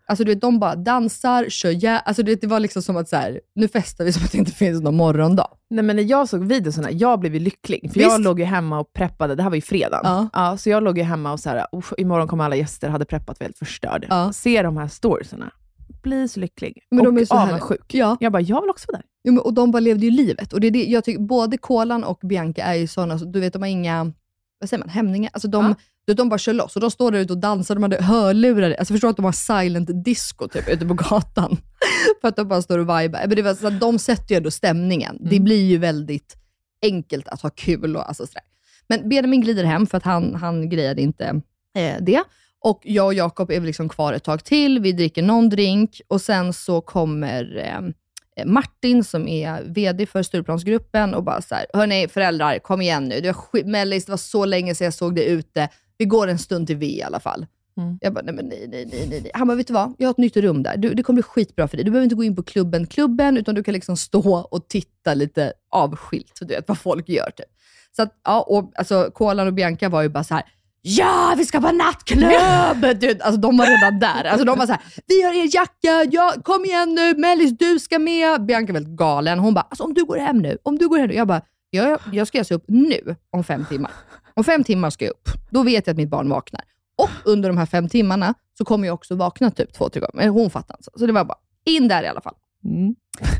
Alltså du vet, de bara dansar, kör jä... Alltså det, det var liksom som att så här, nu festar vi som att det inte finns någon morgondag. Nej, men när jag såg videorna, jag blev ju lycklig. För Visst? jag låg ju hemma och preppade, det här var ju fredag. Ja. Ja, så jag låg ju hemma och så här, imorgon kommer alla gäster, hade preppat, var helt förstörd. Ja. Se de här storiesarna, bli så lycklig. Men och de är så avundsjuk. Ja. Jag bara, jag vill också vara där. Ja, men, och de bara levde ju livet. Och det är det, jag tycker, både Kolan och Bianca är ju sådana, så, du vet, de har inga, vad säger man, hämningar. Alltså de, Ja. du vet, de bara kör loss. Och de står där ute och dansar, de hade hörlurar. Alltså förstår att de har silent disco typ ute på gatan. För att de bara står och vibar. Men det var så att de sätter ju ändå stämningen. Mm. Det blir ju väldigt enkelt att ha kul och alltså sådär. Men Benjamin glider hem för att han, han grejade inte eh, det. Och jag och Jakob är väl liksom kvar ett tag till. Vi dricker någon drink och sen så kommer eh, Martin som är vd för Stureplansgruppen och bara så här: hörni föräldrar, kom igen nu. Det var skit- Mellis, det var så länge sedan jag såg det ute. Vi går en stund till vi i alla fall. Mm. Jag bara, nej men nej, nej, nej, nej. Han bara, vet du vad? Jag har ett nytt rum där. Du, det kommer bli skitbra för dig. Du behöver inte gå in på klubben, klubben, utan du kan liksom stå och titta lite avskilt. Så du vet vad folk gör typ. Så att, ja, och alltså Kolan och Bianca var ju bara så här: ja, vi ska på nattklubb! Du, alltså de var redan där. Alltså de var så här: vi har er jacka, ja, kom igen nu, Mellis, du ska med. Bianca är väldigt galen. Hon bara, alltså om du går hem nu, om du går hem nu. Jag bara, jag, jag ska alltså upp nu om fem timmar. Om fem timmar ska jag upp. Då vet jag att mitt barn vaknar. Och under de här fem timmarna så kommer jag också vakna typ två, tre gånger. Men hon fattar inte. Så det var bara in där i alla fall. Mm.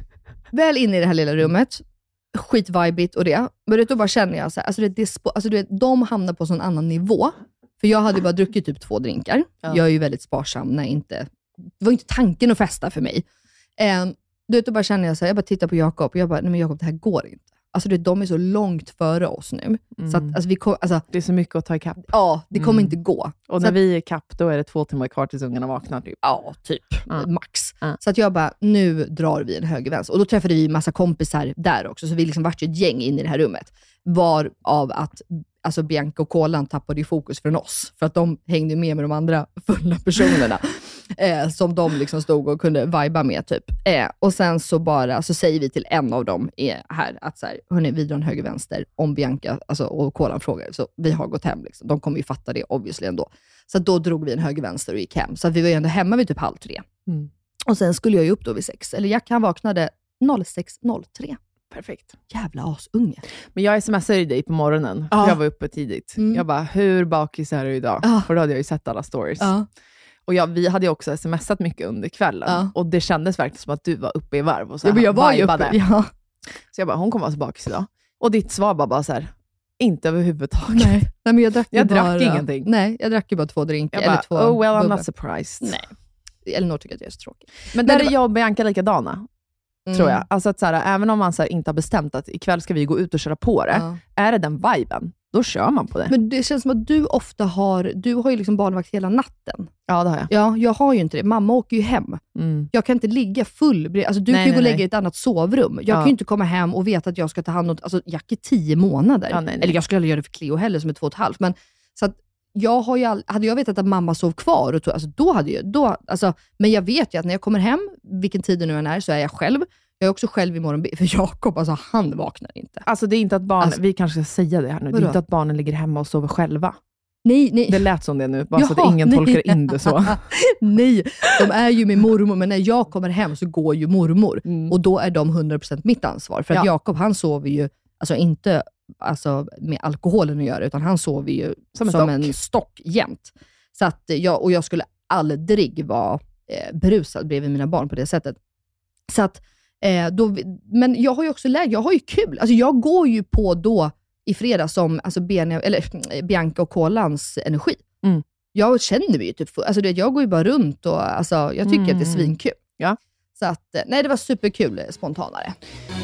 Väl in i det här lilla rummet. Skitvibigt och det. Men då bara känner jag så här, alltså, det, det, alltså du vet, de hamnar på sån annan nivå. För jag hade bara druckit typ två drinkar. Ja. Jag är ju väldigt sparsam när inte, det var inte tanken att festa för mig. Um, du vet, då bara känner jag så här, jag bara tittar på Jakob och jag bara, nej men Jakob, det här går inte. Alltså det, de är så långt före oss nu. Mm. Så att, alltså, vi kom, alltså, det är så mycket att ta ikapp. Ja, det kommer mm. inte gå. Och så när att, vi är ikapp, då är det två timmar kvar tills ungarna vaknar. Typ. Ja, typ. Mm. Max. Mm. Så att jag bara, nu drar vi en höger vänster. Och då träffade vi massa kompisar där också. Så vi liksom vart ju ett gäng in i det här rummet. Var av att alltså Bianca och Kolan tappade ju fokus från oss. För att de hängde med med de andra fulla personerna. eh, som de liksom stod och kunde viba med typ. Eh, och sen så bara, så säger vi till en av dem eh, här att så här, hörni, vi drar en höger vänster om Bianca alltså, och Kolan frågar. Så vi har gått hem liksom. De kommer ju fatta det obviously ändå. Så då drog vi en höger vänster och gick hem. Så att vi var ju ändå hemma vid typ halv tre. Mm. Och sen skulle jag ju upp då vid sex. Eller Jack han vaknade sex noll tre. Perfekt. Jävla asunge. Men jag smsade ju dig på morgonen. Ja. Jag var uppe tidigt. Mm. Jag bara, hur bakis är du idag? Ja. För då hade jag ju sett alla stories. Ja. Och jag, vi hade ju också smsat mycket under kvällen. Ja. Och det kändes verkligen som att du var uppe i varv. Och så ja, men jag var ju uppe. Ja. Så jag bara, hon kommer vara så bakis idag. Och ditt svar var bara så här, inte överhuvudtaget. Nej, Nej men jag drack, jag bara, drack ingenting. Nej, jag drack ju bara två drinkar. Jag bara, eller två oh well, bubbel. I'm not surprised. Nej. Elinor tycker att jag är så tråkig. Men där är jag och Bianca likadana. Mm. Tror jag. Alltså att så här, även om man så här, inte har bestämt att ikväll ska vi gå ut och köra på det. Ja. Är det den viben, då kör man på det. Men det känns som att du ofta har, du har ju liksom barnvakt hela natten. Ja, det har jag. Ja, jag har ju inte det. Mamma åker ju hem. Mm. Jag kan inte ligga full. Alltså du nej, kan ju nej, gå och lägga i ett annat sovrum. Jag ja. kan ju inte komma hem och veta att jag ska ta hand om, alltså Jack är tio månader. Ja, nej, nej. Eller jag skulle aldrig göra det för Cleo heller som är två och ett halvt. Men så att jag har ju all, hade jag vetat att mamma sov kvar, och tog, alltså då hade jag, då, alltså, men jag vet ju att när jag kommer hem, vilken tid det nu än är, så är jag själv. Jag är också själv imorgon, för Jakob, alltså han vaknar inte. Alltså det är inte att barnen, alltså, vi kanske ska säga det här nu, det är inte att barnen ligger hemma och sover själva. Nej, nej. Det lät som det nu, bara ja, så att ingen nej. tolkar in det så. Nej, de är ju med mormor, men när jag kommer hem så går ju mormor. Mm. Och då är de hundra procent mitt ansvar. För att ja. Jakob, han sover ju, alltså inte alltså, med alkoholen att göra, utan han sover ju som, som en stock jämt. Så att jag, och jag skulle aldrig vara eh, berusad bredvid mina barn på det sättet. Så att Eh, då, men jag har ju också läge, jag har ju kul. Alltså jag går ju på då i fredag som alltså Benia, eller, Bianca och Kolans energi. Mm. Jag känner mig ju typ, alltså du vet, jag går ju bara runt och alltså, jag tycker mm. att det är svinkul. Ja. Så att, nej det var superkul spontanare.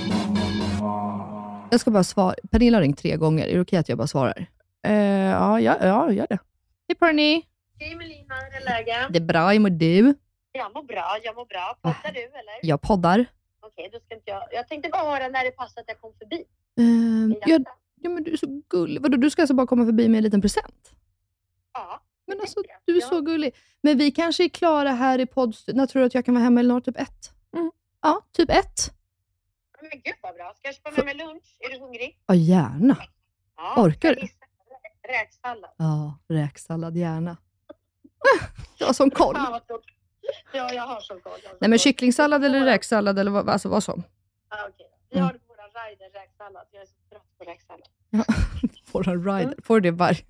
Jag ska bara svara. Pernilla har ringt tre gånger. Är det okej att jag bara svarar? Eh, ja, ja, ja, gör det. Hej Perny. Hej Melina, hur är läget? Det är bra, hur mår du? Jag mår bra, jag mår bra. Poddar du eller? Jag poddar. Okej, då ska inte jag... Jag tänkte bara höra när det passar att jag kom förbi. Uh, ja, ja, men du är så gullig. Vadå, du ska alltså bara komma förbi med en liten present? Ja. Men alltså, du är ja. så gullig. Men vi kanske är klara här i poddstudion. När tror du att jag kan vara hemma eller något? Typ ett? Mm. Ja, typ ett. Men gud vad bra. Ska jag köpa med mig lunch? Är du hungrig? Ja, gärna. Ja, orkar du? Räksallad. Ja, räksallad, gärna. Du har sån koll. Ja, jag har så koll. Jag har så Nej men koll. kycklingsallad eller räksallad eller vad, alltså vad som? Ja, okej. Vi har våran rider räksallad. Jag är så trött på räksallad. Ja. Får en rider? Får det varje...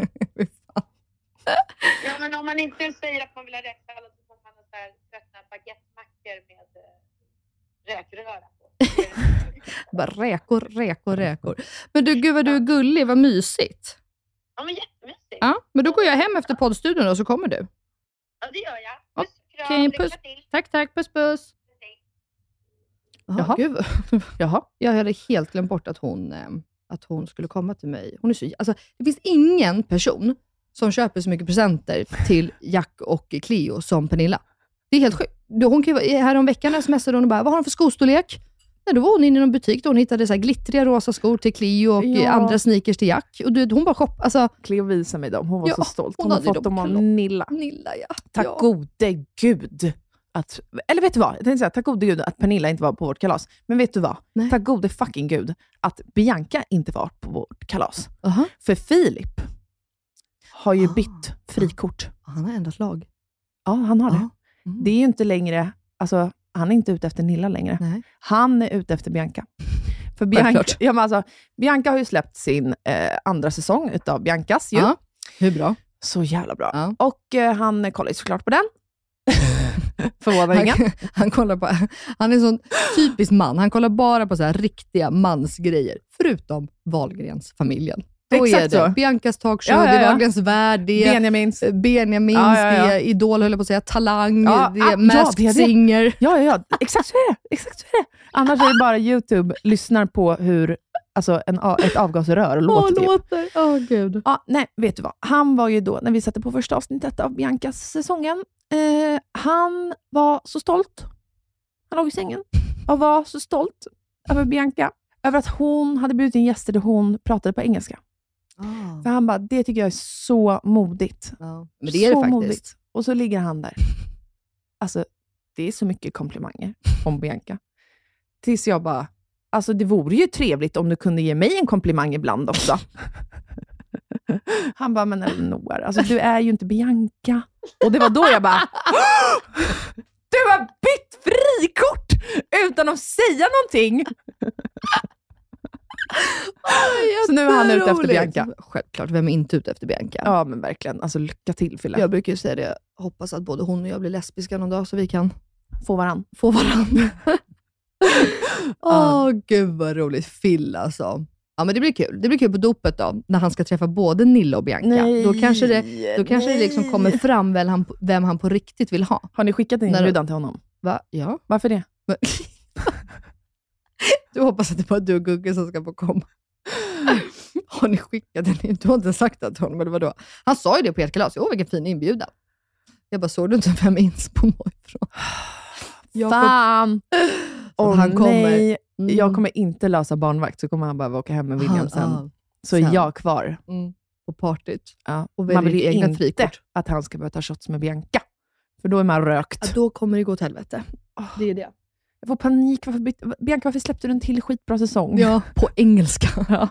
Ja, men om man inte säger att man vill ha räksallad så får man så här tröttna baguettemackor med eh, räkröra på. Bara räkor, räkor, räkor. Men du, gud vad du är gullig, vad mysigt. Ja, men jättemysigt. Ja, men då går jag hem efter poddstudion och så kommer du. Ja, det gör jag. Puss, kram, Okej, lycka puss. till. Tack, tack, puss, puss. Jaha, Jaha. gud. Jaha. Jag hade helt glömt bort att hon, eh, att hon skulle komma till mig. Hon är så, alltså, det finns ingen person som köper så mycket presenter till Jack och Cleo som Pernilla. Det är helt sjukt. Då hon kan, här om veckan smsade hon och bara, vad har hon för skostorlek? Nej, då var hon inne i någon butik då hon hittade så här glittriga rosa skor till Cleo och Ja. andra sneakers till Jack. Och du, hon bara shoppade. Alltså, Cleo visade mig dem. Hon var Ja, så stolt. hon Hon, har hade fått dem dem av klart. Nilla. Nilla, ja. Tack ja. gode gud. Att, eller vet du vad? Jag tänkte säga, tack gode gud att Pernilla inte var på vårt kalas. Men vet du vad? Nej. Tack gode fucking gud att Bianca inte var på vårt kalas. Uh-huh. För Filip har ju Ah. bytt frikort. Han har ändrat lag. Ja, han har det. Ja. Mm. Det är ju inte längre, alltså han är inte ute efter Nilla längre. Nej. Han är ute efter Bianca. För Bianca, Självklart. ja, men alltså, Bianca har ju släppt sin eh, andra säsong utav Biancas. Ju. Ja. Hur bra? Så jävla bra. Ja. Och eh, han kollar ju såklart på den. Förvånar ingen. Han, han kollar på, han är en sån typisk man. Han kollar bara på så här riktiga mansgrejer. Förutom Wahlgrens-familjen. Då Exakt är det så. Biancas talkshow, Ja, ja, det är ja. Wahlgrens värld, det är Benjamins. Benjamins, Ja, ja, ja. det är Idol, höll jag på att säga, Talang, Ja, det ah, är ja, Masked det är det. Singer. Ja, ja, ja. Exakt så är det. Exakt så är det. Annars är det bara YouTube lyssnar på hur alltså, en, a- ett avgasrör låter. Åh, typ. låter. Åh, gud. Ja, nej, vet du vad? Han var ju då, när vi satte på första avsnittet av Biancas säsongen, eh, han var så stolt. Han låg i sängen och var så stolt över Bianca. Över att hon hade bjudit in gäster där hon pratade på engelska. Ah. För han bara, det tycker jag är så modigt. Ja. Men det är det så faktiskt. modigt. Och så ligger han där. Alltså, det är så mycket komplimanger om Bianca. Tills jag bara, alltså det vore ju trevligt om du kunde ge mig en komplimang ibland också. Han bara, men Elinor, alltså du är ju inte Bianca. Och det var då jag bara, du har bytt frikort utan att säga någonting. Så nu är han ute efter Jätteroligt. Bianca. Självklart, vem är inte ute efter Bianca? Ja, men verkligen. Alltså lycka till, Fille. Jag brukar ju säga det, hoppas att både hon och jag blir lesbiska någon dag så vi kan Få varann. få varandra. Åh, gud vad roligt. Phil alltså. Ja, men det blir kul. Det blir kul på dopet då, när han ska träffa både Nilla och Bianca. Nej, då kanske det, då kanske det liksom nej. kommer fram vem han, vem han på riktigt vill ha. Har ni skickat en När- inbjudan till honom? Va? Ja. Varför det? Men- Du hoppas att det bara är du och Gugge som ska få komma. Har ni skickat den? Du har inte sagt det till honom, eller vadå? Han sa ju det på ert kalas. Åh, vilken fin inbjudan. Jag bara, såg du inte vem inspo var ifrån? Jag kom- Fan! Så Åh, han kommer- nej. Mm. Jag kommer inte lösa barnvakt, så kommer han bara åka hem med William sen. Han- så är sen. jag kvar. ja, mm, på partyt. Ja. Och Man väljer vill ju egna inte frikort. att han ska börja ta shots med Bianca. För då är man rökt. Ja, då kommer det gå åt helvete. Det är det. Jag får panik. Varför byt- Bianca, varför släppte du en till skitbra säsong? Ja, på engelska. Ja.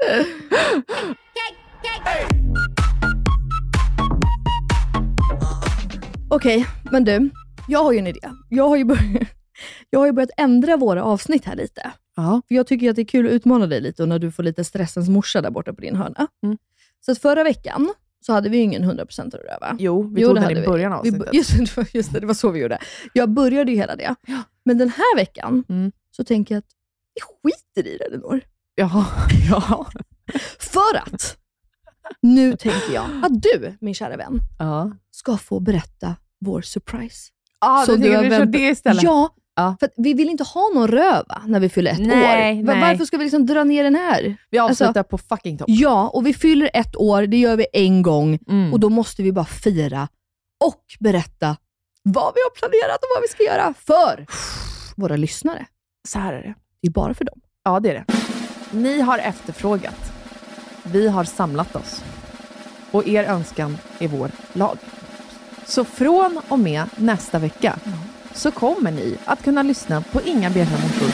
Okej, men du. Jag har ju en idé. Jag har ju börjat, jag har ju börjat ändra våra avsnitt här lite. Ja. För jag tycker att det är kul att utmana dig lite och när du får lite stressens morsa där borta på din hörna. Mm. Så att förra veckan så hade vi ju ingen hundra procent av det där, va? Jo, vi Jo, tog det den hade i vi. början av Vi, avsnittet. just, det, det var- just det, det var så vi gjorde. Jag började ju hela det. Men den här veckan Mm. så tänker jag att vi skiter i det, Elinor. Ja. ja. För att nu tänker jag att du, min kära vän, Ja. ska få berätta vår surprise. Ja, Som du du tänker har vi kör vänt- det istället? Ja, Ja. för att vi vill inte ha någon röva när vi fyller ett Nej, år. Va- nej. Varför ska vi liksom dra ner den här? Vi avslutar Alltså, på fucking topp. Ja, och vi fyller ett år, det gör vi en gång. Mm. Och då måste vi bara fira och berätta vad vi har planerat och vad vi ska göra för våra lyssnare. Så här är det. Det är bara för dem. Ja, det är det. Ni har efterfrågat. Vi har samlat oss. Och er önskan är vår lag. Så från och med nästa vecka så kommer ni att kunna lyssna på Inga beiga morsor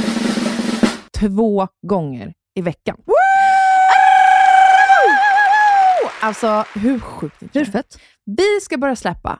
två gånger i veckan. Woo! Alltså, hur sjukt är det? Hur fett? Vi ska börja släppa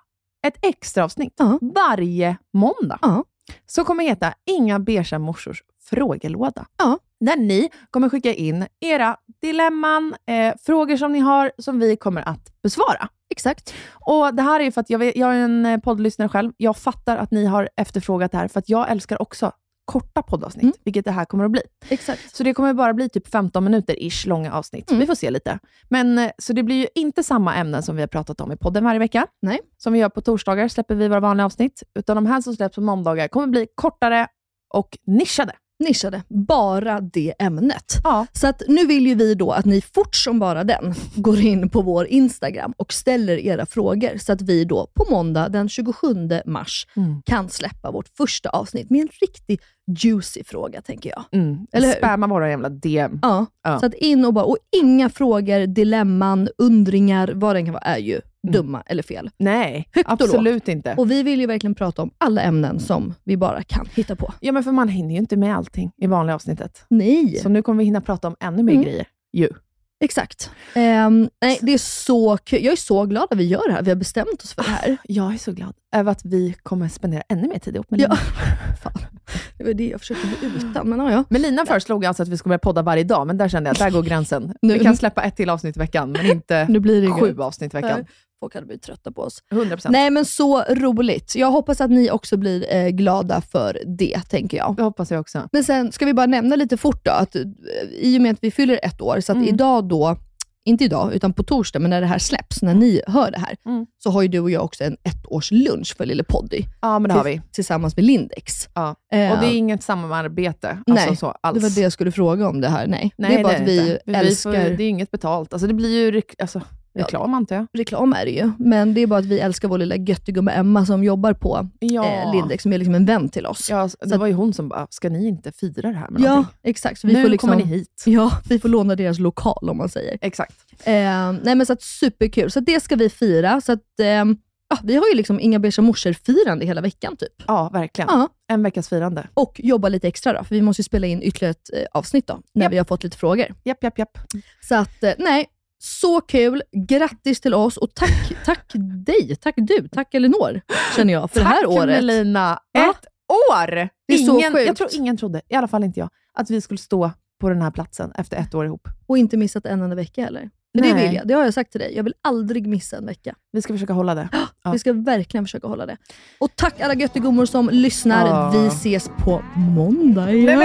ett extra avsnitt Ja. varje måndag. Ja. Så kommer heta Inga beiga morsors frågelåda. Ja. Där ni kommer skicka in era dilemman, eh, frågor som ni har som vi kommer att besvara. Exakt. Och det här är ju för att jag, vet, jag är en eh, poddlyssnare själv. Jag fattar att ni har efterfrågat det här för att jag älskar också korta poddavsnitt, Mm. vilket det här kommer att bli. Exakt. Så det kommer bara bli typ femton minuter ish långa avsnitt. Mm. Vi får se lite. Men eh, så det blir ju inte samma ämnen som vi har pratat om i podden varje vecka. Nej. Som vi gör på torsdagar släpper vi våra vanliga avsnitt. Utan de här som släpps på måndagar kommer bli kortare och nischade. Nischade. Bara det ämnet. Ja. Så att nu vill ju vi då att ni fort som bara den går in på vår Instagram och ställer era frågor så att vi då på måndag den tjugosjunde mars Mm. kan släppa vårt första avsnitt med en riktigt juicy fråga, tänker jag. Mm. Eller hur? Spamma våra jävla D M. Ja, Ja. så att in och bara, och inga frågor, dilemman, undringar, vad den kan vara, är ju Mm. dumma eller fel. Nej, Högt och absolut inte. Och vi vill ju verkligen prata om alla ämnen som vi bara kan hitta på. Ja, men för man hinner ju inte med allting i vanliga avsnittet. Nej. Så nu kommer vi hinna prata om ännu mer Mm. grejer. Ju. Exakt. Ehm, nej, det är så kul. Jag är så glad att vi gör det här. Vi har bestämt oss för det här. Jag är så glad över att vi kommer spendera ännu mer tid ihop med Ja. Lina. Fan. Det var det jag försökte bli utan, men ja, ja. Men Lina föreslog alltså att vi skulle börja podda varje dag, men där kände jag att där går gränsen. Nu- Vi kan släppa ett till avsnitt i veckan, men inte Nu blir det sju inget. avsnitt i veckan. Nej, folk hade blivit trötta på oss. hundra procent. Nej, men så roligt. Jag hoppas att ni också blir eh, glada för det, tänker jag. Det hoppas jag också. Men sen ska vi bara nämna lite fort då, att eh, i och med att vi fyller ett år, så att Mm. idag då, inte idag, utan på torsdag, men när det här släpps, när ni hör det här, Mm. så har ju du och jag också en ettårslunch för Lille Poddy. Ja, men det har vi. Tillsammans med Lindex. Ja. Och Eh, det är inget samarbete. Alltså Nej, så, alls. det var det jag skulle fråga om det här. Nej, Nej, det är bara det att vi inte. Vi älskar... får, det är inget betalt. Alltså det blir ju rek- alltså, reklam, antar jag. Reklam är det ju, men det är bara att vi älskar vår lilla göttigumma Emma som jobbar på Ja. eh, Lindex, som är liksom en vän till oss. Ja, det Så var ju hon som bara, ska ni inte fira det här med Ja, någonting? exakt. Så vi Nu får liksom, kommer ni hit. Ja, vi får låna deras lokal, om man säger. Exakt. Eh, nej men så att superkul. Så att det ska vi fira. Så att, eh, ja, vi har ju liksom Inga beiga morsor-firande hela veckan typ. Ja, verkligen. Ja. En veckas firande. Och jobba lite extra då, för vi måste ju spela in ytterligare ett eh, avsnitt då, när Japp. vi har fått lite frågor. Japp, japp, japp. Så att, eh, nej, så kul. Grattis till oss och tack, tack dig, tack du, tack Elinor, känner jag, för det här Tack, året. Melina. Ja. Ett år! Det är så ingen, sjukt. jag tror ingen trodde, i alla fall inte jag, att vi skulle stå på den här platsen efter ett år ihop. Och inte missat en enda vecka heller. Men det Nej. vill jag, det har jag sagt till dig. Jag vill aldrig missa en vecka. Vi ska försöka hålla det. Ja. Vi ska verkligen försöka hålla det. Och tack alla göttegummor som lyssnar. Ja. Vi ses på måndag igen. Nej men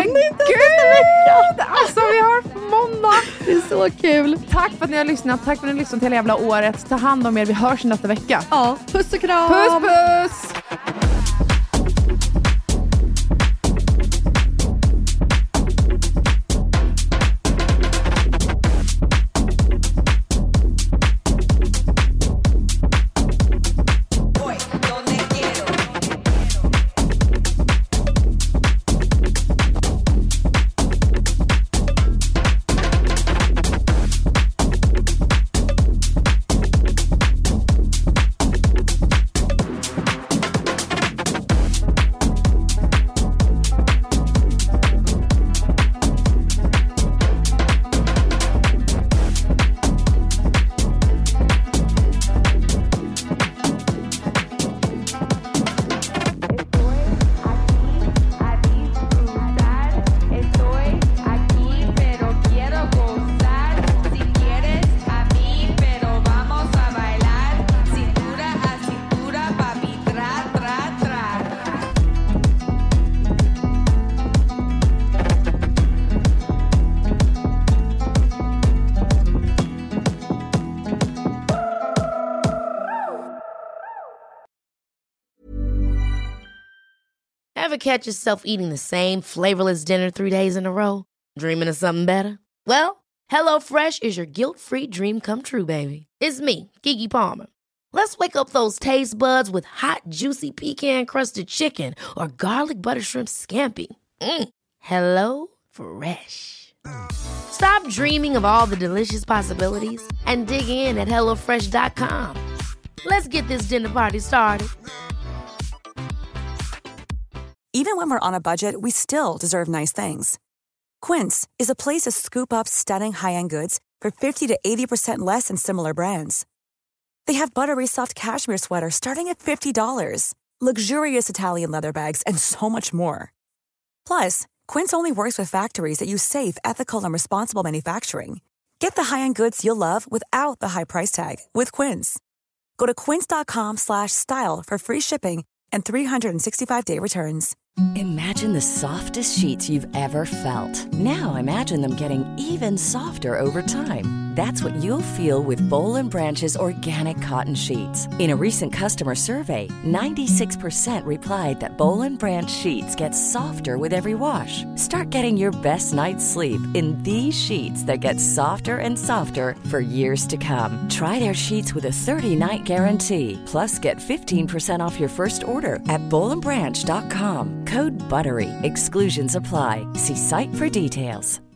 gud! Alltså vi har måndag! Det är så kul. Tack för att ni har lyssnat. Tack för att ni har lyssnat hela jävla året. Ta hand om er. Vi hörs nästa vecka. Ja, puss och kram. Puss puss! Ever catch yourself eating the same flavorless dinner three days in a row? Dreaming of something better? Well, HelloFresh is your guilt-free dream come true, baby. It's me, Keke Palmer. Let's wake up those taste buds with hot, juicy pecan-crusted chicken or garlic butter shrimp scampi. Mm. Hello Fresh. Stop dreaming of all the delicious possibilities and dig in at hello fresh dot com. Let's get this dinner party started. Even when we're on a budget, we still deserve nice things. Quince is a place to scoop up stunning high-end goods for fifty to eighty percent less than similar brands. They have buttery soft cashmere sweaters starting at fifty dollars, luxurious Italian leather bags, and so much more. Plus, Quince only works with factories that use safe, ethical, and responsible manufacturing. Get the high-end goods you'll love without the high price tag with Quince. Go to quince.com slash style for free shipping and three sixty-five day returns. Imagine the softest sheets you've ever felt. Now imagine them getting even softer over time. That's what you'll feel with Boll and Branch's organic cotton sheets. In a recent customer survey, ninety-six percent replied that Boll and Branch sheets get softer with every wash. Start getting your best night's sleep in these sheets that get softer and softer for years to come. Try their sheets with a thirty-night guarantee. Plus, get fifteen percent off your first order at boll and branch dot com. Code BUTTERY. Exclusions apply. See site for details.